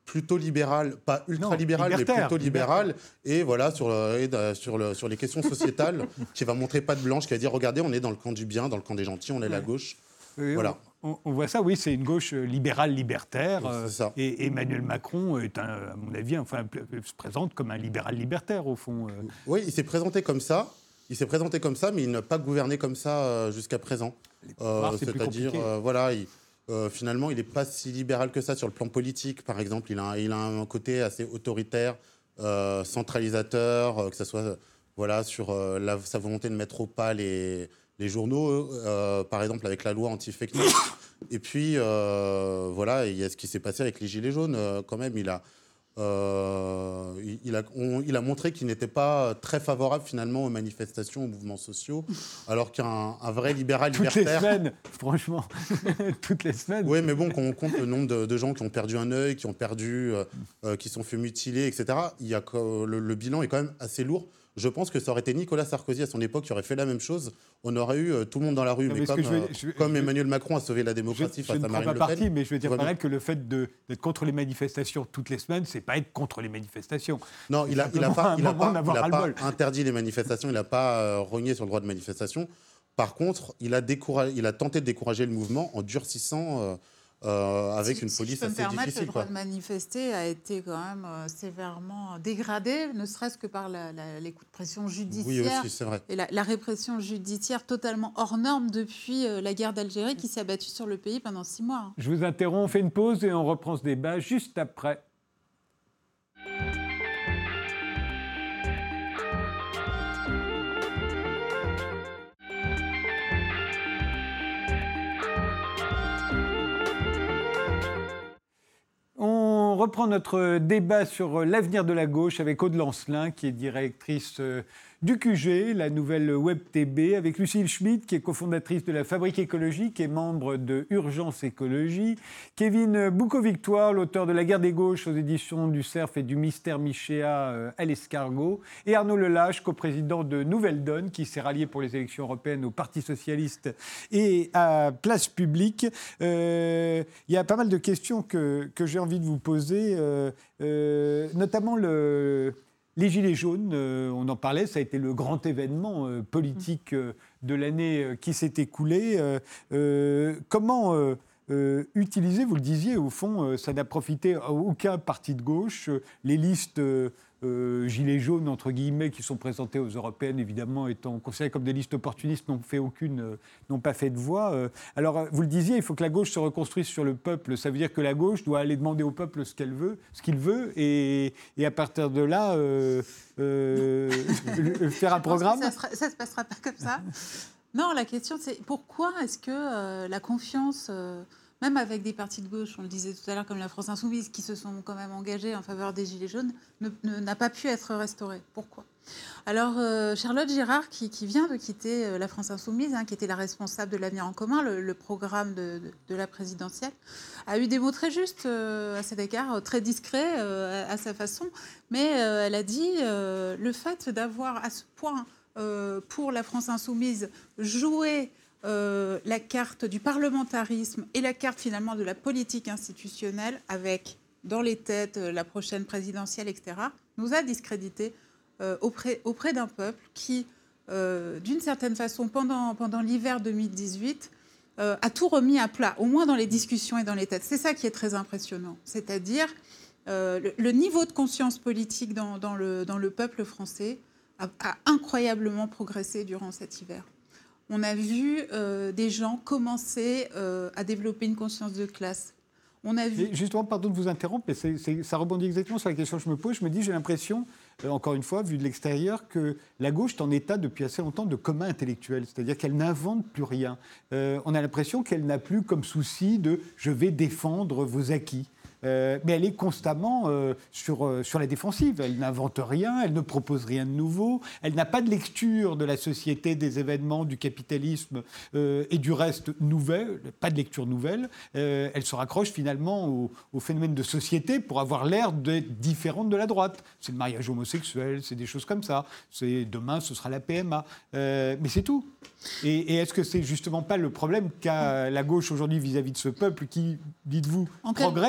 plutôt libéral, pas ultra-libéral, mais plutôt libéral, et voilà, sur, le, et de, sur, le, sur les questions sociétales, qui va montrer patte blanche, qui va dire, regardez, on est dans le camp du bien, dans le camp des gentils, on est ouais. la gauche. Oui, voilà. On, on voit ça, oui, c'est une gauche libérale libertaire. Oui, c'est ça. Et Emmanuel Macron est, un, à mon avis, enfin, se présente comme un libéral libertaire, au fond. Oui, il s'est présenté comme ça. Il s'est présenté comme ça, mais il n'a pas gouverné comme ça euh, jusqu'à présent. Euh, c'est-à-dire, euh, voilà, il, euh, finalement, il n'est pas si libéral que ça sur le plan politique, par exemple. Il a, il a un côté assez autoritaire, euh, centralisateur, euh, que ce soit euh, voilà, sur euh, la, sa volonté de mettre au pas les, les journaux, euh, par exemple, avec la loi anti-fake news. Et puis, euh, voilà, il y a ce qui s'est passé avec les Gilets jaunes, euh, quand même. Il a... Euh, il, il, a, on, il a montré qu'il n'était pas très favorable finalement aux manifestations, aux mouvements sociaux, alors qu'un un vrai libéral toutes libertaire... Toutes les semaines, franchement, toutes les semaines. Oui, mais bon, quand on compte le nombre de, de gens qui ont perdu un œil, qui ont perdu, euh, euh, qui sont fait mutiler, et cetera, il y a, le, le bilan est quand même assez lourd. Je pense que ça aurait été Nicolas Sarkozy à son époque qui aurait fait la même chose. On aurait eu euh, tout le monde dans la rue, non, mais, mais comme, je vais, je, euh, comme je, Emmanuel Macron a sauvé la démocratie je, face je à Marine Le Pen. Je ne prends pas parti, mais je veux dire par là bien. que le fait de, d'être contre les manifestations toutes les semaines, c'est pas être contre les manifestations. Non, c'est il n'a il a pas, il a pas, il a pas interdit les manifestations, il n'a pas euh, rogné sur le droit de manifestation. Par contre, il a, découragé, il a tenté de décourager le mouvement en durcissant... Euh, Euh, avec si, une police si je peux assez me permettre, difficile. Le droit quoi. de manifester a été quand même euh, sévèrement dégradé, ne serait-ce que par la, la, les coups de pression judiciaire oui, aussi, c'est vrai. et la, la répression judiciaire totalement hors norme depuis euh, la guerre d'Algérie qui s'est abattue sur le pays pendant six mois. Je vous interromps, on fait une pause et on reprend ce débat juste après. On reprend notre débat sur l'avenir de la gauche avec Aude Lancelin, qui est directrice du Q G, la nouvelle Web T B, avec Lucille Schmitt, qui est cofondatrice de la Fabrique écologique et membre de Urgence Écologie, Kevin Boucaud-Victoire, l'auteur de La guerre des gauches aux éditions du Cerf et du Mystère Michéa à l'escargot, et Arnaud Lelâche, coprésident de Nouvelle Donne, qui s'est rallié pour les élections européennes au Parti socialiste et à Place Publique. Euh, il y a pas mal de questions que, que j'ai envie de vous poser, euh, euh, notamment le... Les Gilets jaunes, euh, on en parlait, ça a été le grand événement euh, politique euh, de l'année euh, qui s'est écoulée. Euh, euh, comment euh, euh, utiliser, vous le disiez, au fond, euh, ça n'a profité à aucun parti de gauche. Euh, les listes euh, euh, Gilets jaunes, entre guillemets, qui sont présentées aux européennes, évidemment, étant considérées comme des listes opportunistes, n'ont fait aucune, euh, n'ont pas fait de voix. Euh, alors, vous le disiez, il faut que la gauche se reconstruise sur le peuple. Ça veut dire que la gauche doit aller demander au peuple ce qu'elle veut, ce qu'il veut, et, et à partir de là, euh, euh, faire un programme. Ça ne se passera pas comme ça. Non, la question, c'est pourquoi est-ce que euh, la confiance... Euh, même avec des partis de gauche, on le disait tout à l'heure, comme la France Insoumise, qui se sont quand même engagés en faveur des Gilets jaunes, ne, ne, n'a pas pu être restaurée. Pourquoi ? Alors, euh, Charlotte Girard, qui, qui vient de quitter euh, la France Insoumise, hein, qui était la responsable de l'Avenir en commun, le, le programme de, de, de la présidentielle, a eu des mots très justes euh, à cet égard, très discrets euh, à, à sa façon, mais euh, elle a dit euh, le fait d'avoir à ce point, euh, pour la France Insoumise, joué Euh, la carte du parlementarisme et la carte finalement de la politique institutionnelle avec dans les têtes euh, la prochaine présidentielle, et cetera, nous a discrédité euh, auprès, auprès d'un peuple qui, euh, d'une certaine façon, pendant, pendant l'hiver deux mille dix-huit, euh, a tout remis à plat, au moins dans les discussions et dans les têtes. C'est ça qui est très impressionnant, c'est-à-dire euh, le, le niveau de conscience politique dans, dans, le, dans le peuple français a, a incroyablement progressé durant cet hiver. On a vu euh, des gens commencer euh, à développer une conscience de classe. On a vu... Et justement, pardon de vous interrompre, mais c'est, c'est, ça rebondit exactement sur la question que je me pose. Je me dis, j'ai l'impression, euh, encore une fois, vu de l'extérieur, que la gauche est en état depuis assez longtemps de coma intellectuel, c'est-à-dire qu'elle n'invente plus rien. Euh, on a l'impression qu'elle n'a plus comme souci de « je vais défendre vos acquis ». Euh, mais elle est constamment euh, sur, euh, sur la défensive. Elle n'invente rien, elle ne propose rien de nouveau, elle n'a pas de lecture de la société, des événements, du capitalisme euh, et du reste nouvelle, pas de lecture nouvelle. Euh, elle se raccroche finalement au, au phénomène de société pour avoir l'air d'être différente de la droite. C'est le mariage homosexuel, c'est des choses comme ça. C'est, demain, ce sera la P M A. Euh, mais c'est tout. Et, et est-ce que c'est justement pas le problème qu'a la gauche aujourd'hui vis-à-vis de ce peuple qui, dites-vous, en progresse quel, en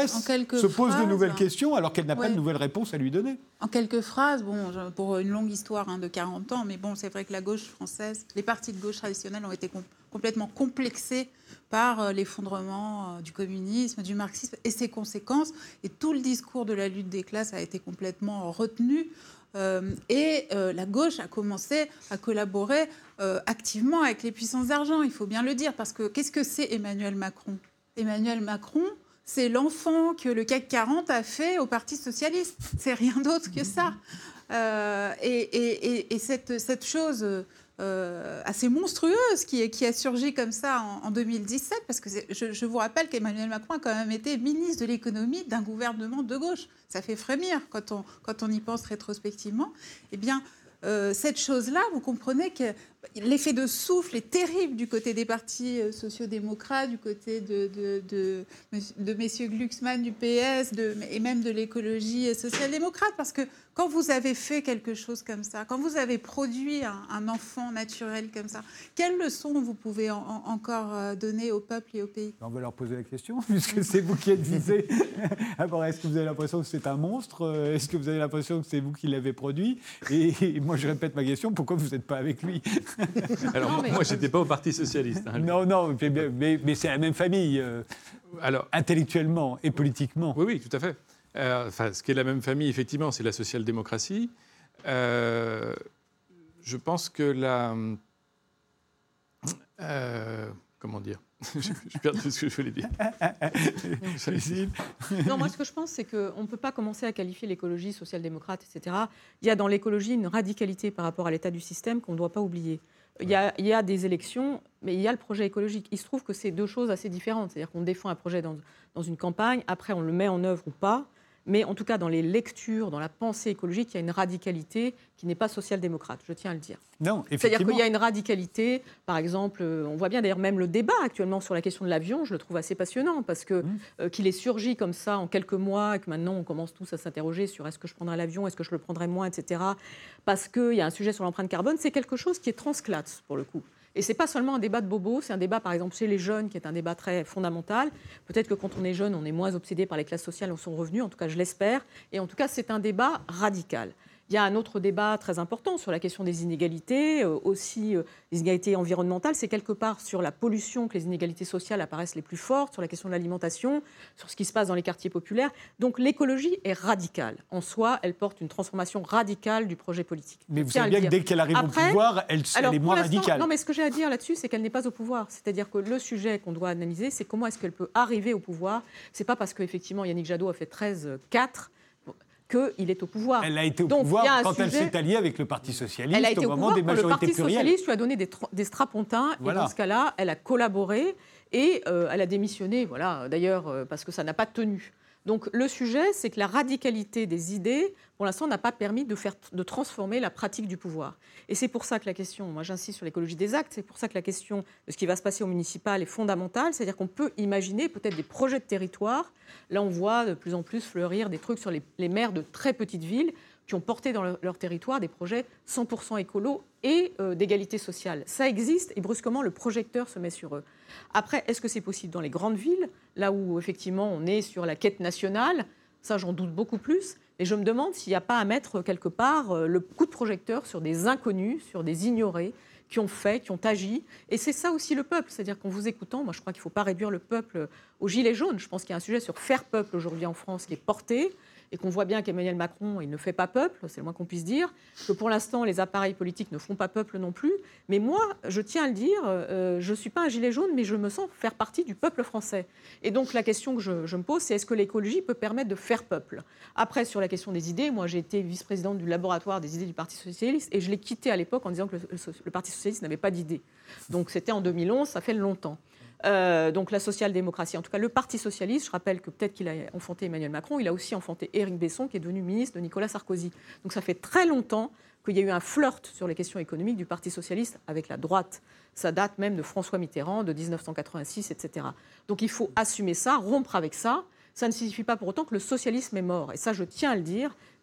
quelques se pose phrases, de nouvelles questions alors qu'elle n'a ouais. pas de nouvelles réponses à lui donner. En quelques phrases, bon, pour une longue histoire hein, de quarante ans, mais bon, c'est vrai que la gauche française, les partis de gauche traditionnels ont été com- complètement complexés par euh, l'effondrement euh, du communisme, du marxisme et ses conséquences. Et tout le discours de la lutte des classes a été complètement retenu. Euh, et euh, la gauche a commencé à collaborer euh, activement avec les puissances d'argent, il faut bien le dire, parce que qu'est-ce que c'est Emmanuel Macron ? Emmanuel Macron, c'est l'enfant que le C A C quarante a fait au Parti socialiste. C'est rien d'autre que ça. Euh, et, et, et, et cette, cette chose euh, assez monstrueuse qui, qui a surgi comme ça en, en deux mille dix-sept, parce que je, je vous rappelle qu'Emmanuel Macron a quand même été ministre de l'économie d'un gouvernement de gauche. Ça fait frémir quand on, quand on y pense rétrospectivement. Eh bien, euh, cette chose-là, vous comprenez que l'effet de souffle est terrible du côté des partis sociaux-démocrates, du côté de, de, de, de messieurs Glucksmann du P S de, et même de l'écologie social-démocrate. Parce que quand vous avez fait quelque chose comme ça, quand vous avez produit un, un enfant naturel comme ça, quelles leçons vous pouvez en, en, encore donner au peuple et au pays ? On va leur poser la question, puisque c'est vous qui êtes visé. Alors, est-ce que vous avez l'impression que c'est un monstre ? Est-ce que vous avez l'impression que c'est vous qui l'avez produit ? et, et moi, je répète ma question, pourquoi vous n'êtes pas avec lui ? Alors, non, mais... moi, je n'étais pas au Parti socialiste. Hein, non, non, mais, mais, mais c'est la même famille, euh, Alors, intellectuellement et politiquement. Oui, oui, tout à fait. Euh, enfin, ce qui est la même famille, effectivement, c'est la social-démocratie. Euh, je pense que la... Euh, comment dire ? Je perds tout ce que je voulais dire. Non, moi, ce que je pense, c'est qu'on ne peut pas commencer à qualifier l'écologie social-démocrate, et cetera. Il y a dans l'écologie une radicalité par rapport à l'état du système qu'on ne doit pas oublier. Il y, a, il y a des élections, mais il y a le projet écologique. Il se trouve que c'est deux choses assez différentes. C'est-à-dire qu'on défend un projet dans, dans une campagne, après on le met en œuvre ou pas. Mais en tout cas, dans les lectures, dans la pensée écologique, il y a une radicalité qui n'est pas social-démocrate, je tiens à le dire. Non, effectivement. C'est-à-dire qu'il y a une radicalité, par exemple, on voit bien d'ailleurs même le débat actuellement sur la question de l'avion, je le trouve assez passionnant, parce que, mmh. euh, qu'il est surgi comme ça en quelques mois, et que maintenant on commence tous à s'interroger sur est-ce que je prendrai l'avion, est-ce que je le prendrai moins, et cetera. Parce qu'il y a un sujet sur l'empreinte carbone, c'est quelque chose qui est transclate, pour le coup. Et ce n'est pas seulement un débat de bobos, c'est un débat, par exemple, chez les jeunes, qui est un débat très fondamental. Peut-être que quand on est jeune, on est moins obsédé par les classes sociales ou son revenu, en tout cas, je l'espère. Et en tout cas, c'est un débat radical. Il y a un autre débat très important sur la question des inégalités, euh, aussi euh, les inégalités environnementales. C'est quelque part sur la pollution que les inégalités sociales apparaissent les plus fortes, sur la question de l'alimentation, sur ce qui se passe dans les quartiers populaires. Donc l'écologie est radicale. En soi, elle porte une transformation radicale du projet politique. Mais vous savez bien que dès qu'elle arrive Après, au pouvoir, elle, alors, elle est moins radicale. Non, mais ce que j'ai à dire là-dessus, c'est qu'elle n'est pas au pouvoir. C'est-à-dire que le sujet qu'on doit analyser, c'est comment est-ce qu'elle peut arriver au pouvoir. Ce n'est pas parce qu'effectivement Yannick Jadot a fait treize quatre qu'il est au pouvoir. Elle a été au Donc, pouvoir quand sujet... elle s'est alliée avec le Parti socialiste elle a été au, au moment des majorités plurielles. Le Parti socialiste lui a donné des, tra- des strapontins voilà. Et dans ce cas-là, elle a collaboré et euh, elle a démissionné, voilà, d'ailleurs, euh, parce que ça n'a pas tenu. Donc le sujet, c'est que la radicalité des idées, pour l'instant, n'a pas permis de, faire, de transformer la pratique du pouvoir. Et c'est pour ça que la question, moi j'insiste sur l'écologie des actes, c'est pour ça que la question de ce qui va se passer au municipal est fondamentale, c'est-à-dire qu'on peut imaginer peut-être des projets de territoire. Là, on voit de plus en plus fleurir des trucs sur les, les maires de très petites villes qui ont porté dans leur, leur territoire des projets cent pour cent écolos et euh, d'égalité sociale. Ça existe et brusquement, le projecteur se met sur eux. Après, est-ce que c'est possible dans les grandes villes, là où effectivement on est sur la quête nationale ? Ça, j'en doute beaucoup plus. Et je me demande s'il n'y a pas à mettre quelque part euh, le coup de projecteur sur des inconnus, sur des ignorés, qui ont fait, qui ont agi. Et c'est ça aussi le peuple. C'est-à-dire qu'en vous écoutant, moi je crois qu'il ne faut pas réduire le peuple aux gilets jaunes. Je pense qu'il y a un sujet sur faire peuple aujourd'hui en France qui est porté et qu'on voit bien qu'Emmanuel Macron, il ne fait pas peuple, c'est le moins qu'on puisse dire, que pour l'instant, les appareils politiques ne font pas peuple non plus. Mais moi, je tiens à le dire, euh, je ne suis pas un gilet jaune, mais je me sens faire partie du peuple français. Et donc la question que je, je me pose, c'est est-ce que l'écologie peut permettre de faire peuple ? Après, sur la question des idées, moi j'ai été vice-présidente du laboratoire des idées du Parti socialiste et je l'ai quitté à l'époque en disant que le, le, le Parti socialiste n'avait pas d'idées. Donc c'était en deux mille onze, ça fait longtemps. Euh, donc la social-démocratie, en tout cas le Parti socialiste, je rappelle que peut-être qu'il a enfanté Emmanuel Macron, il a aussi enfanté Éric Besson qui est devenu ministre de Nicolas Sarkozy. Donc ça fait très longtemps qu'il y a eu un flirt sur les questions économiques du Parti socialiste avec la droite. Ça date même de François Mitterrand, de dix-neuf cent quatre-vingt-six, et cetera. Donc il faut assumer ça, rompre avec ça. Ça ne signifie pas pour autant que le socialisme est mort. Et ça, je tiens à le dire.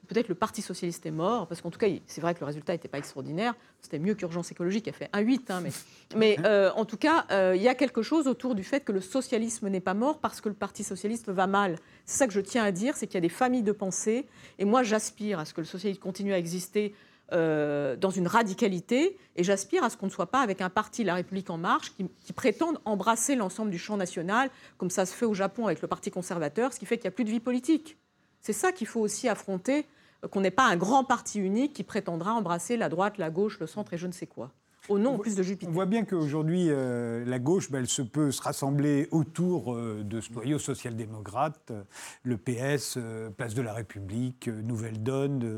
peut-être le Parti socialiste est mort, parce qu'en tout cas, c'est vrai que le résultat n'était pas extraordinaire. C'était mieux qu'Urgence écologique, qui a fait un virgule huit. Hein, mais mais euh, en tout cas, il euh, y a quelque chose autour du fait que le socialisme n'est pas mort parce que le Parti socialiste va mal. C'est ça que je tiens à dire, c'est qu'il y a des familles de pensée. Et moi, j'aspire à ce que le socialisme continue à exister euh, dans une radicalité. Et j'aspire à ce qu'on ne soit pas avec un parti, La République En Marche, qui, qui prétende embrasser l'ensemble du champ national, comme ça se fait au Japon avec le Parti conservateur, ce qui fait qu'il n'y a plus de vie politique. C'est ça qu'il faut aussi affronter, qu'on n'ait pas un grand parti unique qui prétendra embrasser la droite, la gauche, le centre et je ne sais quoi. Au nom en plus de Jupiter. On voit bien qu'aujourd'hui, euh, la gauche, ben, elle se peut se rassembler autour euh, de ce noyau social-démocrate, euh, le P S, euh, Place de la République, euh, Nouvelle Donne,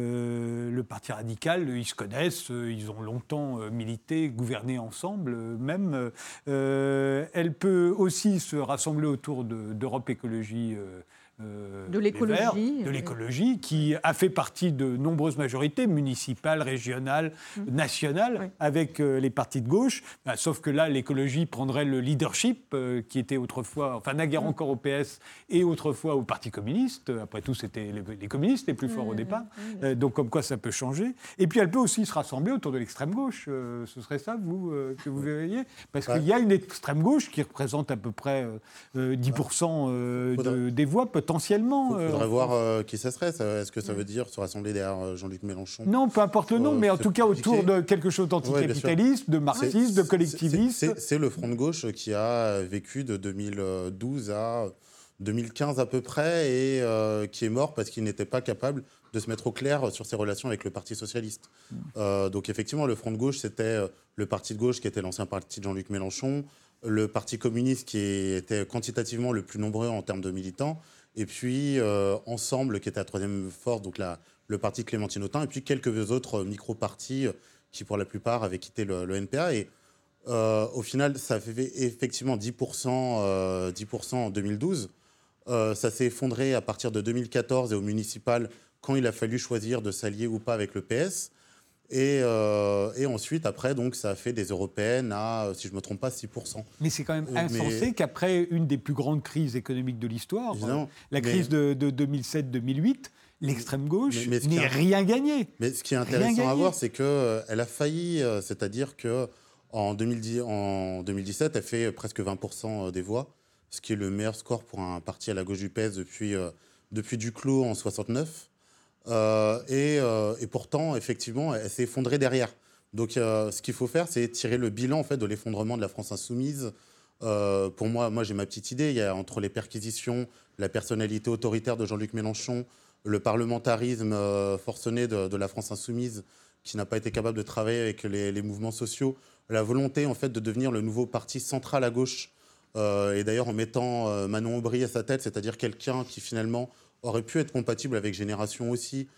euh, le Parti radical, ils se connaissent, euh, ils ont longtemps euh, milité, gouverné ensemble euh, même. Euh, elle peut aussi se rassembler autour de, d'Europe Écologie euh, Euh, de l'écologie, de l'écologie, qui a fait partie de nombreuses majorités municipales, régionales, mmh. nationales, oui. avec euh, les partis de gauche. Ben, sauf que là, l'écologie prendrait le leadership euh, qui était autrefois, enfin naguère mmh. encore au P S et autrefois au Parti communiste. Après tout, c'était les, les communistes les plus forts mmh. au départ. Mmh. Euh, donc, comme quoi, ça peut changer. Et puis, elle peut aussi se rassembler autour de l'extrême gauche. Euh, ce serait ça, vous, euh, que vous verriez ? Parce ouais. qu'il y a une extrême gauche qui représente à peu près euh, dix pour cent euh, de, des voix, peut potentiellement. Il faudrait euh, voir euh, qui ça serait. Est-ce que ça veut dire se rassembler derrière Jean-Luc Mélenchon ? Non, peu importe le nom, euh, mais en tout cas compliqué. Autour de quelque chose d'anticapitaliste, ouais, de marxiste, c'est, de collectiviste. C'est, c'est, c'est le Front de gauche qui a vécu de deux mille douze à deux mille quinze à peu près et euh, qui est mort parce qu'il n'était pas capable de se mettre au clair sur ses relations avec le Parti socialiste. Mmh. Euh, donc effectivement, le Front de gauche, c'était le parti de gauche qui était l'ancien parti de Jean-Luc Mélenchon, le Parti communiste qui était quantitativement le plus nombreux en termes de militants, et puis euh, Ensemble qui était à troisième force, donc la, le parti de Clémentine Autain, et puis quelques autres micro-partis qui pour la plupart avaient quitté le, le N P A. Et euh, au final, ça fait effectivement dix pour cent, euh, dix pour cent en deux mille douze. Euh, ça s'est effondré à partir de deux mille quatorze et au municipal, quand il a fallu choisir de s'allier ou pas avec le P S. Et, euh, et ensuite, après, donc, ça a fait des européennes à, si je ne me trompe pas, six pour cent. Mais c'est quand même insensé mais... qu'après une des plus grandes crises économiques de l'histoire, euh, la crise mais... de, de deux mille sept deux mille huit, l'extrême gauche mais, mais n'ait a... rien gagné. Mais ce qui est intéressant à voir, c'est qu'elle euh, a failli, euh, c'est-à-dire qu'en deux mille dix, en deux mille dix-sept, elle fait presque vingt pour cent des voix, ce qui est le meilleur score pour un parti à la gauche du P S depuis, euh, depuis Duclos en soixante-neuf. Euh, et, euh, et pourtant, effectivement, elle s'est effondrée derrière. Donc, euh, ce qu'il faut faire, c'est tirer le bilan en fait, de l'effondrement de la France insoumise. Euh, pour moi, moi, j'ai ma petite idée. Il y a entre les perquisitions, la personnalité autoritaire de Jean-Luc Mélenchon, le parlementarisme euh, forcené de, de la France insoumise, qui n'a pas été capable de travailler avec les, les mouvements sociaux, la volonté en fait, de devenir le nouveau parti central à gauche. Euh, et d'ailleurs, en mettant euh, Manon Aubry à sa tête, c'est-à-dire quelqu'un qui finalement aurait pu être compatible avec Génération aussi.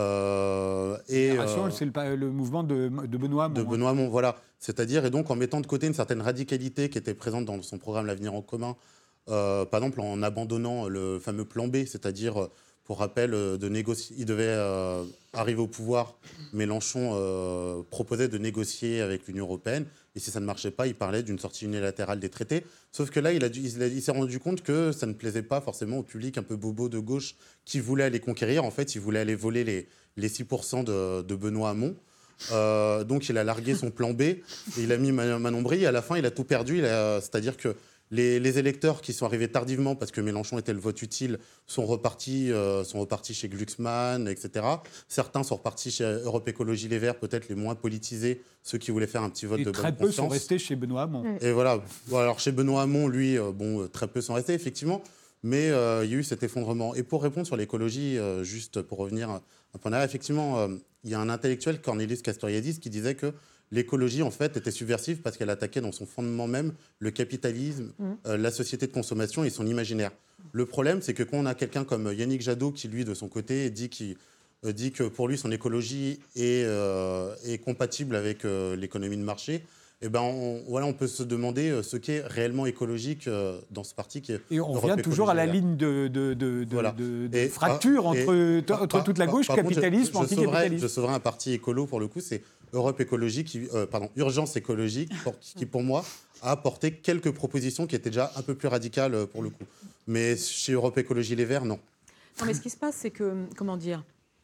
Euh, et, Génération, euh, c'est le, le mouvement de, de Benoît Hamon. De Benoît Hamon, voilà. C'est-à-dire, et donc en mettant de côté une certaine radicalité qui était présente dans son programme L'Avenir en commun, euh, par exemple en abandonnant le fameux plan B, c'est-à-dire, pour rappel, de négocier, il devait euh, arriver au pouvoir, Mélenchon euh, proposait de négocier avec l'Union européenne, et si ça ne marchait pas, il parlait d'une sortie unilatérale des traités. Sauf que là, il, a dû, il, a, il s'est rendu compte que ça ne plaisait pas forcément au public un peu bobo de gauche qui voulait aller conquérir. En fait, il voulait aller voler les, les six pour cent de, de Benoît Hamon. Euh, donc, il a largué son plan B, et il a mis Manon Bry, et à la fin, il a tout perdu. Il a, c'est-à-dire que les, les électeurs qui sont arrivés tardivement, parce que Mélenchon était le vote utile, sont repartis, euh, sont repartis chez Glucksmann, et cetera. Certains sont repartis chez Europe Écologie Les Verts, peut-être les moins politisés, ceux qui voulaient faire un petit vote et de bonne conscience. Très peu sont restés chez Benoît Hamon. Et voilà. Alors, chez Benoît Hamon, lui, euh, bon, très peu sont restés, effectivement. Mais euh, il y a eu cet effondrement. Et pour répondre sur l'écologie, euh, juste pour revenir un peu en arrière, effectivement, euh, il y a un intellectuel, Cornelius Castoriadis, qui disait que l'écologie, en fait, était subversive parce qu'elle attaquait dans son fondement même le capitalisme, mmh. euh, la société de consommation et son imaginaire. Le problème, c'est que quand on a quelqu'un comme Yannick Jadot qui, lui, de son côté, dit, qu'il, euh, dit que pour lui, son écologie est, euh, est compatible avec euh, l'économie de marché, eh ben on, voilà, on peut se demander ce qu'est réellement écologique euh, dans ce parti qui est. Et on revient toujours à la ligne de, de, de, de, voilà. de, de et, fracture et, entre, et, entre par, toute la gauche, par, par capitalisme, contre, je, je anticapitalisme. Je sauverais un parti écolo, pour le coup, c'est Europe Écologie, qui, euh, pardon, Urgence écologique, pour, qui, pour moi, a apporté quelques propositions qui étaient déjà un peu plus radicales, pour le coup. Mais chez Europe Écologie Les Verts, non. Non, mais ce qui se passe, c'est que, comment dire,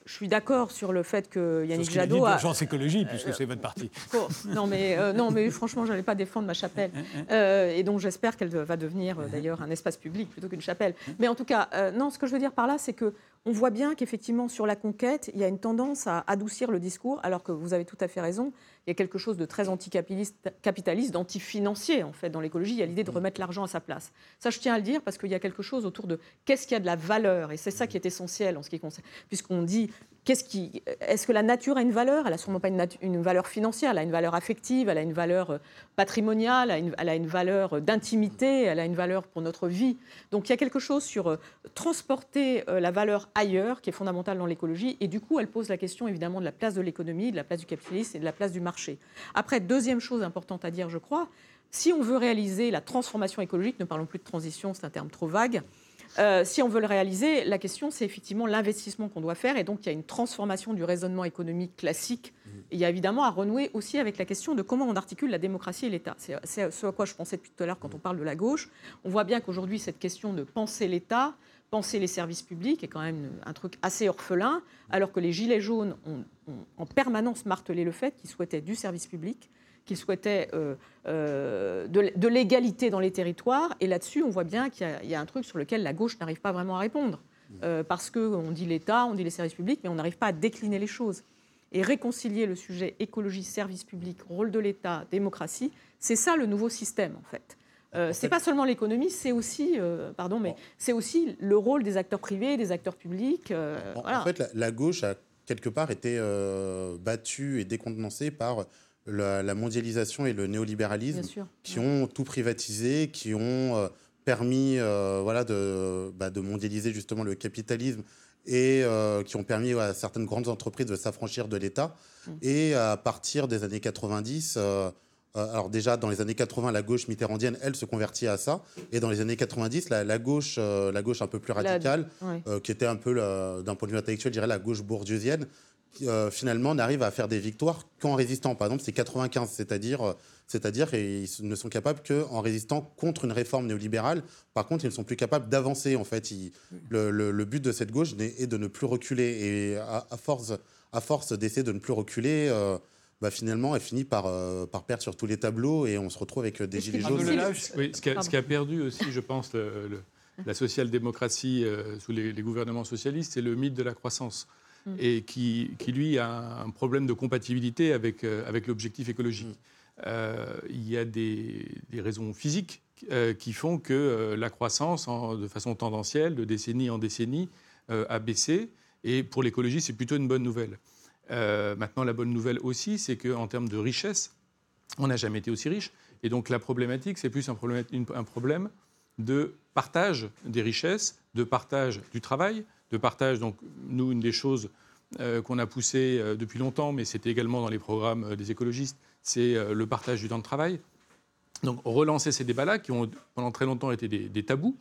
je suis d'accord sur le fait que Yannick Jadot Jadot a... a... L'urgence écologie, puisque c'est votre parti. Oh, non, mais, euh, non, mais franchement, je n'allais pas défendre ma chapelle. Euh, et donc, j'espère qu'elle va devenir, euh, d'ailleurs, un espace public plutôt qu'une chapelle. Mais en tout cas, euh, non, ce que je veux dire par là, c'est que on voit bien qu'effectivement, sur la conquête, il y a une tendance à adoucir le discours, alors que vous avez tout à fait raison. Il y a quelque chose de très anticapitaliste, capitaliste, d'anti-financier, en fait, dans l'écologie. Il y a l'idée de remettre l'argent à sa place. Ça, je tiens à le dire, parce qu'il y a quelque chose autour de qu'est-ce qu'il y a de la valeur. Et c'est ça qui est essentiel en ce qui concerne. Puisqu'on dit, qu'est-ce qui, est-ce que la nature a une valeur ? Elle n'a sûrement pas une, natu- une valeur financière, elle a une valeur affective, elle a une valeur patrimoniale, elle a une, elle a une valeur d'intimité, elle a une valeur pour notre vie. Donc il y a quelque chose sur euh, transporter euh, la valeur ailleurs qui est fondamental dans l'écologie. Et du coup, elle pose la question évidemment de la place de l'économie, de la place du capitalisme et de la place du marché. Après, deuxième chose importante à dire, je crois, si on veut réaliser la transformation écologique, ne parlons plus de transition, c'est un terme trop vague, euh, si on veut le réaliser, la question, c'est effectivement l'investissement qu'on doit faire. Et donc, il y a une transformation du raisonnement économique classique. Et il y a évidemment à renouer aussi avec la question de comment on articule la démocratie et l'État. C'est, c'est ce à quoi je pensais depuis tout à l'heure quand on parle de la gauche. On voit bien qu'aujourd'hui, cette question de penser l'État, penser les services publics est quand même un truc assez orphelin, alors que les Gilets jaunes ont, ont en permanence martelé le fait qu'ils souhaitaient du service public, qu'ils souhaitaient euh, euh, de, de l'égalité dans les territoires. Et là-dessus, on voit bien qu'il y a, il y a un truc sur lequel la gauche n'arrive pas vraiment à répondre. Euh, parce qu'on dit l'État, on dit les services publics, mais on n'arrive pas à décliner les choses. Et réconcilier le sujet écologie, service public, rôle de l'État, démocratie, c'est ça le nouveau système, en fait. Euh, c'est pas seulement l'économie, c'est aussi, euh, pardon, mais c'est aussi le rôle des acteurs privés, des acteurs publics. Euh, en, voilà. en fait, la, la gauche a quelque part été euh, battue et décontenancée par la, la mondialisation et le néolibéralisme, qui ouais. ont tout privatisé, qui ont euh, permis, euh, voilà, de, bah, de mondialiser justement le capitalisme et euh, qui ont permis à certaines grandes entreprises de s'affranchir de l'État. Mmh. Et à partir des années quatre-vingt-dix. Euh, Alors déjà, dans les années quatre-vingts, la gauche mitterrandienne, elle, se convertit à ça. Et dans les années quatre-vingt-dix, la, la, gauche, euh, la gauche un peu plus radicale, la... ouais. euh, qui était un peu, le, d'un point de vue intellectuel, je dirais la gauche bourdieusienne, qui, euh, finalement, n'arrive à faire des victoires qu'en résistant. Par exemple, c'est quatre-vingt-quinze, c'est-à-dire, c'est-à-dire ils ne sont capables qu'en résistant contre une réforme néolibérale. Par contre, ils ne sont plus capables d'avancer. En fait, ils, le, le, le but de cette gauche est de ne plus reculer. Et à, à, force, à force d'essayer de ne plus reculer... Euh, Bah finalement, elle finit par, euh, par perdre sur tous les tableaux et on se retrouve avec des gilets jaunes. Oui, ce qui a, ce qui a perdu aussi, je pense, le, le, la social-démocratie euh, sous les, les gouvernements socialistes, c'est le mythe de la croissance. Mm. Et qui, qui, lui, a un problème de compatibilité avec, euh, avec l'objectif écologique. Mm. Euh, il y a des, des raisons physiques euh, qui font que euh, la croissance, en, de façon tendancielle, de décennie en décennie, euh, a baissé. Et pour l'écologie, c'est plutôt une bonne nouvelle. Euh, maintenant, la bonne nouvelle aussi, c'est qu'en termes de richesse, on n'a jamais été aussi riche. Et donc, la problématique, c'est plus un problème, une, un problème de partage des richesses, de partage du travail, de partage. Donc, nous, une des choses euh, qu'on a poussées euh, depuis longtemps, mais c'était également dans les programmes euh, des écologistes, c'est euh, le partage du temps de travail. Donc, relancer ces débats-là, qui ont pendant très longtemps été des, des tabous.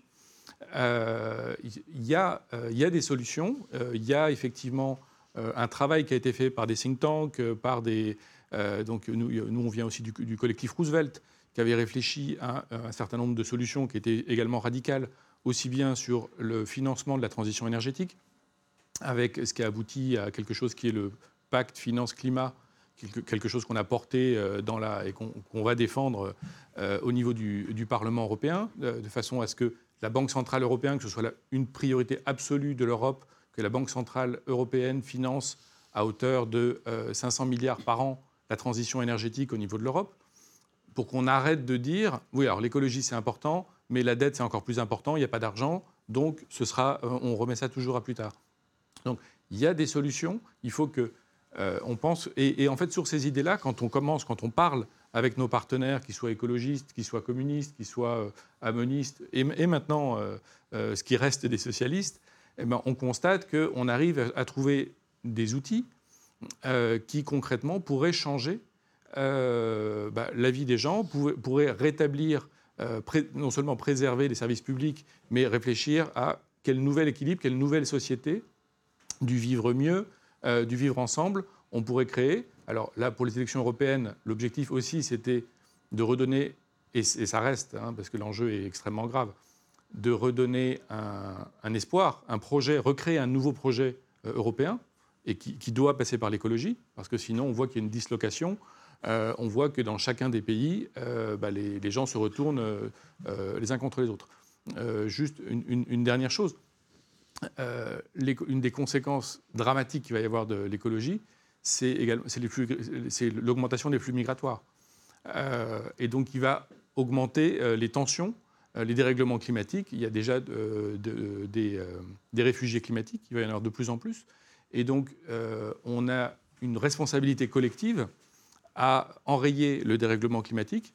Euh, il y a, euh, il y a des solutions. Euh, il y a effectivement... Euh, un travail qui a été fait par des think tanks, euh, par des... Euh, donc nous, nous, on vient aussi du, du collectif Roosevelt, qui avait réfléchi à, à un certain nombre de solutions qui étaient également radicales, aussi bien sur le financement de la transition énergétique, avec ce qui a abouti à quelque chose qui est le pacte finance-climat, quelque chose qu'on a porté euh, dans la, et qu'on, qu'on va défendre euh, au niveau du, du Parlement européen, de, de façon à ce que la Banque centrale européenne, que ce soit la, une priorité absolue de l'Europe, que la Banque centrale européenne finance à hauteur de euh, cinq cents milliards par an la transition énergétique au niveau de l'Europe, pour qu'on arrête de dire « oui, alors l'écologie, c'est important, mais la dette, c'est encore plus important, il n'y a pas d'argent, donc ce sera, euh, on remet ça toujours à plus tard ». Donc, il y a des solutions, il faut que euh, on pense... Et, et en fait, sur ces idées-là, quand on commence, quand on parle avec nos partenaires, qu'ils soient écologistes, qu'ils soient communistes, qu'ils soient euh, amonistes, et, et maintenant, euh, euh, ce qui reste des socialistes, eh ben, on constate qu'on arrive à trouver des outils euh, qui, concrètement, pourraient changer euh, bah, la vie des gens, pourraient, pourraient rétablir, euh, pré- non seulement préserver les services publics, mais réfléchir à quel nouvel équilibre, quelle nouvelle société, du vivre mieux, euh, du vivre ensemble, on pourrait créer. Alors là, pour les élections européennes, l'objectif aussi, c'était de redonner, et, et ça reste, hein, parce que l'enjeu est extrêmement grave, de redonner un, un espoir, un projet, recréer un nouveau projet euh, européen, et qui, qui doit passer par l'écologie, parce que sinon on voit qu'il y a une dislocation. Euh, on voit que dans chacun des pays, euh, bah, les, les gens se retournent euh, euh, les uns contre les autres. Euh, juste une, une, une dernière chose. Euh, une des conséquences dramatiques qu'il va y avoir de l'écologie, c'est, également, c'est, les flux, c'est l'augmentation des flux migratoires. Euh, et donc, il va augmenter euh, les tensions, euh, les dérèglements climatiques. Il y a déjà de, de, des, euh, des réfugiés climatiques, il va y en avoir de plus en plus. Et donc, euh, on a une responsabilité collective à enrayer le dérèglement climatique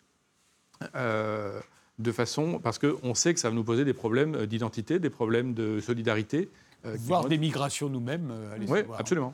euh, de façon, parce qu'on sait que ça va nous poser des problèmes d'identité, des problèmes de solidarité. Euh, Voire des migrations nous-mêmes. Euh, oui, absolument.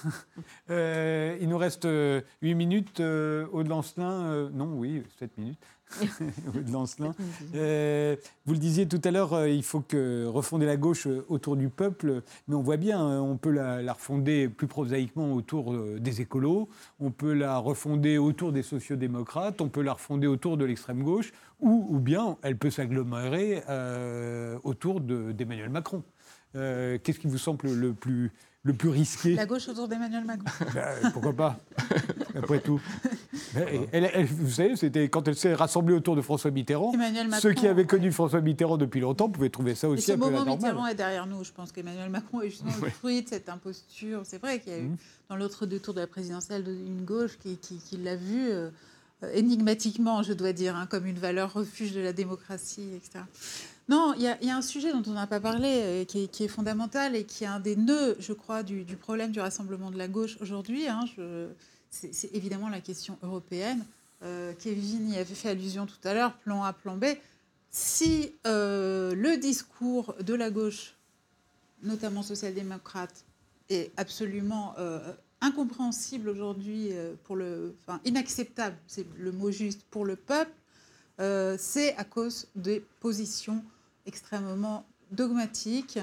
euh, il nous reste euh, huit minutes. Euh, Aude Lancelin, euh, non, oui, sept minutes. Aude Lancelin. Euh, vous le disiez tout à l'heure, euh, il faut que refonder la gauche euh, autour du peuple, mais on voit bien, euh, on peut la, la refonder plus prosaïquement autour euh, des écolos, on peut la refonder autour des sociodémocrates, on peut la refonder autour de l'extrême gauche, ou, ou bien elle peut s'agglomérer euh, autour de, d'Emmanuel Macron. Euh, qu'est-ce qui vous semble le plus, le plus risqué ? La gauche autour d'Emmanuel Macron. Ben, pourquoi pas, après tout. Elle, elle, elle, vous savez, c'était quand elle s'est rassemblée autour de François Mitterrand, Macron, ceux qui avaient connu ouais. François Mitterrand depuis longtemps pouvaient trouver ça aussi un peu anormal. Ce moment Mitterrand est derrière nous. Je pense qu'Emmanuel Macron est justement le fruit de cette imposture. C'est vrai qu'il y a eu, mmh. dans l'autre deux tours de la présidentielle, une gauche qui, qui, qui l'a vu euh, énigmatiquement, je dois dire, hein, comme une valeur refuge de la démocratie, et cetera. Non, il y, y a un sujet dont on n'a pas parlé, euh, qui, est, qui est fondamental et qui est un des nœuds, je crois, du, du problème du rassemblement de la gauche aujourd'hui. Hein, je, c'est, c'est évidemment la question européenne. Euh, Kevin y avait fait allusion tout à l'heure, plan A, plan B. Si euh, le discours de la gauche, notamment social-démocrate, est absolument euh, incompréhensible aujourd'hui, euh, pour le, enfin, inacceptable, c'est le mot juste, pour le peuple, euh, c'est à cause des positions extrêmement dogmatiques.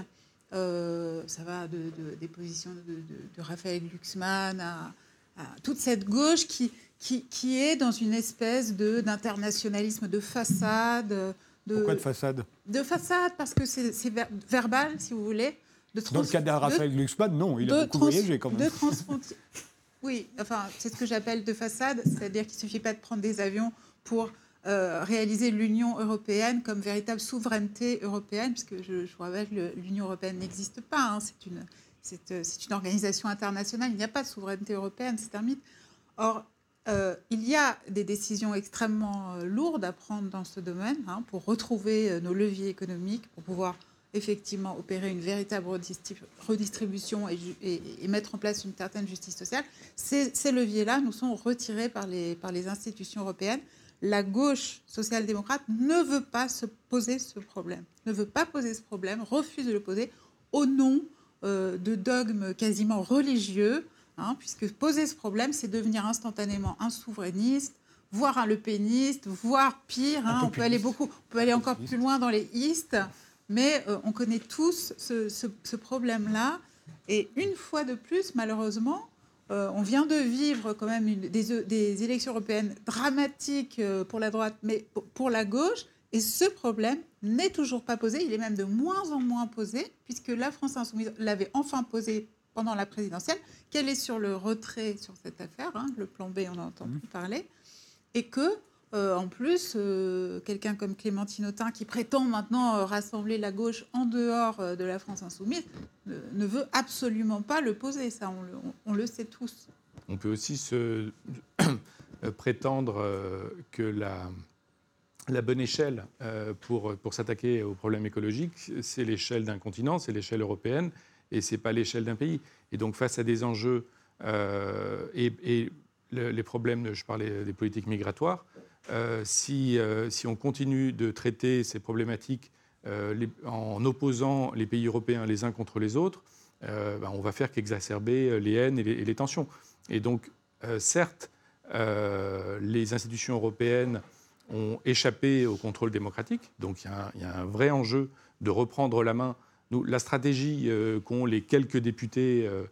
Euh, ça va de, de, des positions de, de, de Raphaël Glucksmann à, à toute cette gauche qui, qui, qui est dans une espèce de, d'internationalisme de façade. De, Pourquoi de façade ? De façade, parce que c'est, c'est ver, verbal, si vous voulez. De trans- Dans le cas de Raphaël de, Glucksmann, non, il a beaucoup trans- voyagé quand même. De transfronti- oui, enfin, c'est ce que j'appelle de façade, c'est-à-dire qu'il ne suffit pas de prendre des avions pour euh, réaliser l'Union européenne comme véritable souveraineté européenne, puisque je, je vous rappelle que l'Union européenne n'existe pas, hein, c'est, une, c'est, c'est une organisation internationale, il n'y a pas de souveraineté européenne, c'est un mythe. Or, euh, il y a des décisions extrêmement euh, lourdes à prendre dans ce domaine, hein, pour retrouver euh, nos leviers économiques, pour pouvoir effectivement opérer une véritable redistribution et, et, et mettre en place une certaine justice sociale. Ces, ces leviers-là nous sont retirés par les, par les institutions européennes. La gauche social-démocrate ne veut pas se poser ce problème, ne veut pas poser ce problème, refuse de le poser au nom euh, de dogmes quasiment religieux, hein, puisque poser ce problème, c'est devenir instantanément un souverainiste, voire un lepéniste, voire pire. Hein, on peut aller beaucoup, on peut aller encore plus loin dans les istes. Mais euh, on connaît tous ce, ce, ce problème-là. Et une fois de plus, malheureusement, euh, on vient de vivre quand même une, des, des élections européennes dramatiques euh, pour la droite, mais pour, pour la gauche. Et ce problème n'est toujours pas posé. Il est même de moins en moins posé, puisque la France Insoumise l'avait enfin posé pendant la présidentielle, qu'elle est sur le retrait sur cette affaire. Hein, le plan B, on n'en entend plus parler. Et que... Euh, en plus, euh, quelqu'un comme Clémentine Autain, qui prétend maintenant euh, rassembler la gauche en dehors euh, de la France insoumise, ne, ne veut absolument pas le poser. Ça, on le, on, on le sait tous. On peut aussi se prétendre euh, que la, la bonne échelle euh, pour, pour s'attaquer aux problèmes écologiques, c'est l'échelle d'un continent, c'est l'échelle européenne, et ce n'est pas l'échelle d'un pays. Et donc, face à des enjeux euh, et, et le, les problèmes, je parlais des politiques migratoires, Euh, si, euh, si on continue de traiter ces problématiques euh, les, en opposant les pays européens les uns contre les autres, euh, ben, on va faire qu'exacerber les haines et les, et les tensions. Et donc, euh, certes, euh, les institutions européennes ont échappé au contrôle démocratique, donc il y, y a un vrai enjeu de reprendre la main. Nous, la stratégie euh, qu'ont les quelques députés euh,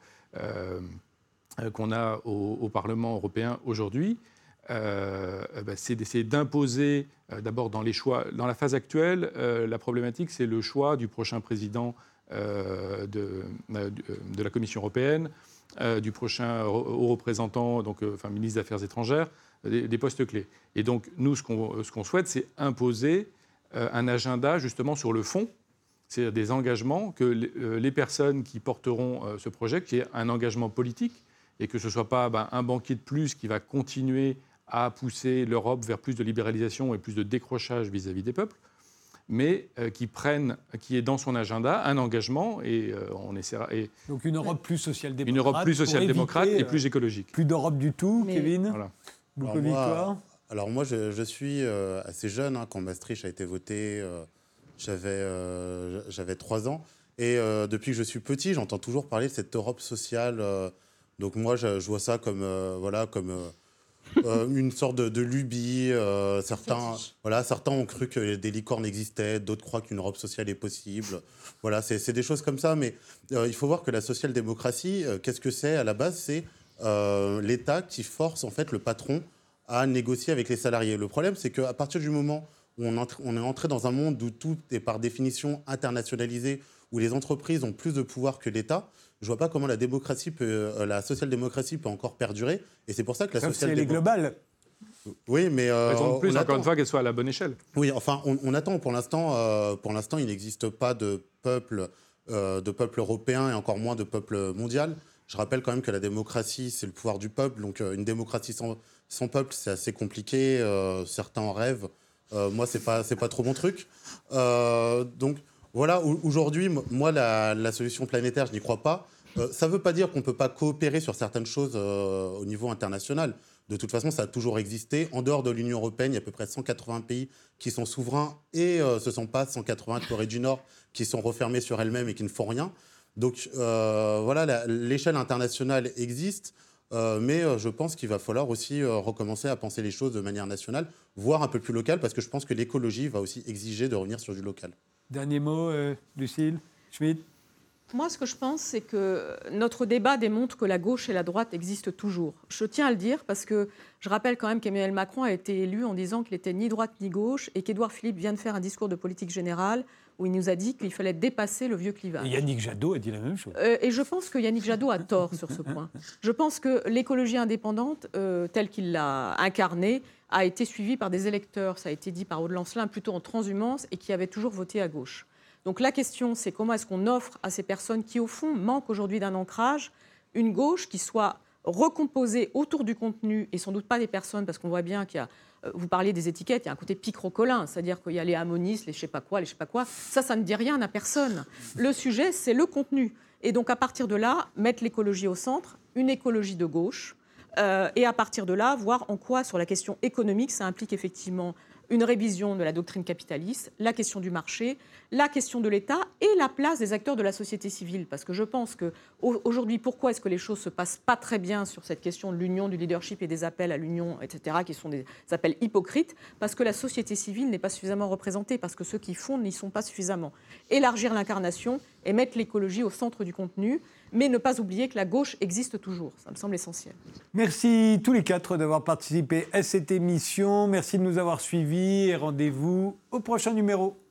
euh, qu'on a au, au Parlement européen aujourd'hui, Euh, bah, c'est d'essayer d'imposer, euh, d'abord dans les choix. Dans la phase actuelle, euh, la problématique, c'est le choix du prochain président euh, de, euh, de la Commission européenne. euh, du prochain haut représentant, donc, euh, enfin, ministre des Affaires étrangères, des, des postes clés. Et donc, nous, ce qu'on, ce qu'on souhaite, c'est imposer euh, un agenda, justement, sur le fond, c'est-à-dire des engagements, que les, euh, les personnes qui porteront euh, ce projet, qui est un engagement politique, et que ce ne soit pas ben, un banquier de plus qui va continuer à pousser l'Europe vers plus de libéralisation et plus de décrochage vis-à-vis des peuples, mais euh, qui prenne, qui est dans son agenda un engagement et euh, on essaiera. Et donc une Europe plus social-démocrate. Une Europe plus social-démocrate éviter, et plus écologique. Plus d'Europe du tout, mais... Kevin. Voilà. Beaucoup alors, victoire. moi, alors moi, je, je suis euh, assez jeune hein, quand Maastricht a été voté. Euh, j'avais, euh, j'avais trois ans. Et euh, depuis que je suis petit, j'entends toujours parler de cette Europe sociale. Euh, donc moi, je, je vois ça comme, euh, voilà, comme euh, euh, une sorte de, de lubie. Euh, certains, voilà, certains ont cru que des licornes existaient, d'autres croient qu'une Europe sociale est possible. Voilà, c'est, c'est des choses comme ça. Mais euh, il faut voir que la social-démocratie, euh, qu'est-ce que c'est à la base ? C'est euh, l'État qui force en fait le patron à négocier avec les salariés. Le problème, c'est qu'à partir du moment où on, entre, on est entré dans un monde où tout est par définition internationalisé, où les entreprises ont plus de pouvoir que l'État, je ne vois pas comment la démocratie peut, euh, la social-démocratie peut encore perdurer. Et c'est pour ça que la Sauf si elle est social-démocratie... globale. Oui, mais... Euh, Raison de plus, on encore attend. une fois, qu'elle soit à la bonne échelle. Oui, enfin, on, on attend. Pour l'instant, euh, pour l'instant, il n'existe pas de peuple, euh, de peuple européen et encore moins de peuple mondial. Je rappelle quand même que la démocratie, c'est le pouvoir du peuple. Donc, euh, une démocratie sans, sans peuple, c'est assez compliqué. Euh, certains en rêvent. Euh, moi, c'est pas, c'est pas trop mon truc. Euh, donc... Voilà, aujourd'hui, moi, la, la solution planétaire, je n'y crois pas. Euh, ça ne veut pas dire qu'on ne peut pas coopérer sur certaines choses euh, au niveau international. De toute façon, ça a toujours existé. En dehors de l'Union européenne, il y a à peu près cent quatre-vingts pays qui sont souverains et euh, ce ne sont pas cent quatre-vingts Corée du Nord qui sont refermées sur elles-mêmes et qui ne font rien. Donc euh, voilà, la, l'échelle internationale existe, euh, mais euh, je pense qu'il va falloir aussi euh, recommencer à penser les choses de manière nationale, voire un peu plus locale, parce que je pense que l'écologie va aussi exiger de revenir sur du local. Dernier mot, euh, Lucille Schmitt. Moi, ce que je pense, c'est que notre débat démontre que la gauche et la droite existent toujours. Je tiens à le dire parce que je rappelle quand même qu'Emmanuel Macron a été élu en disant qu'il n'était ni droite ni gauche et qu'Édouard Philippe vient de faire un discours de politique générale où il nous a dit qu'il fallait dépasser le vieux clivage. Et Yannick Jadot a dit la même chose. Euh, et je pense que Yannick Jadot a tort sur ce point. Je pense que l'écologie indépendante, euh, telle qu'il l'a incarnée, a été suivie par des électeurs, ça a été dit par Aude Lancelin, plutôt en transhumance et qui avaient toujours voté à gauche. Donc la question, c'est comment est-ce qu'on offre à ces personnes qui, au fond, manquent aujourd'hui d'un ancrage, une gauche qui soit recomposée autour du contenu, et sans doute pas des personnes, parce qu'on voit bien qu'il y a, euh, vous parlez des étiquettes, il y a un côté picrocolin, c'est-à-dire qu'il y a les amonistes, les je sais pas quoi, les je sais pas quoi, ça, ça ne dit rien à personne. Le sujet, c'est le contenu. Et donc à partir de là, mettre l'écologie au centre, une écologie de gauche, euh, et à partir de là, voir en quoi, sur la question économique, ça implique effectivement une révision de la doctrine capitaliste, la question du marché, la question de l'État et la place des acteurs de la société civile. Parce que je pense qu'aujourd'hui, pourquoi est-ce que les choses ne se passent pas très bien sur cette question de l'union, du leadership et des appels à l'union, et cetera, qui sont des appels hypocrites? Parce que la société civile n'est pas suffisamment représentée, parce que ceux qui font n'y sont pas suffisamment. Élargir l'incarnation et mettre l'écologie au centre du contenu, mais ne pas oublier que la gauche existe toujours. Ça me semble essentiel. Merci tous les quatre d'avoir participé à cette émission. Merci de nous avoir suivis et rendez-vous au prochain numéro.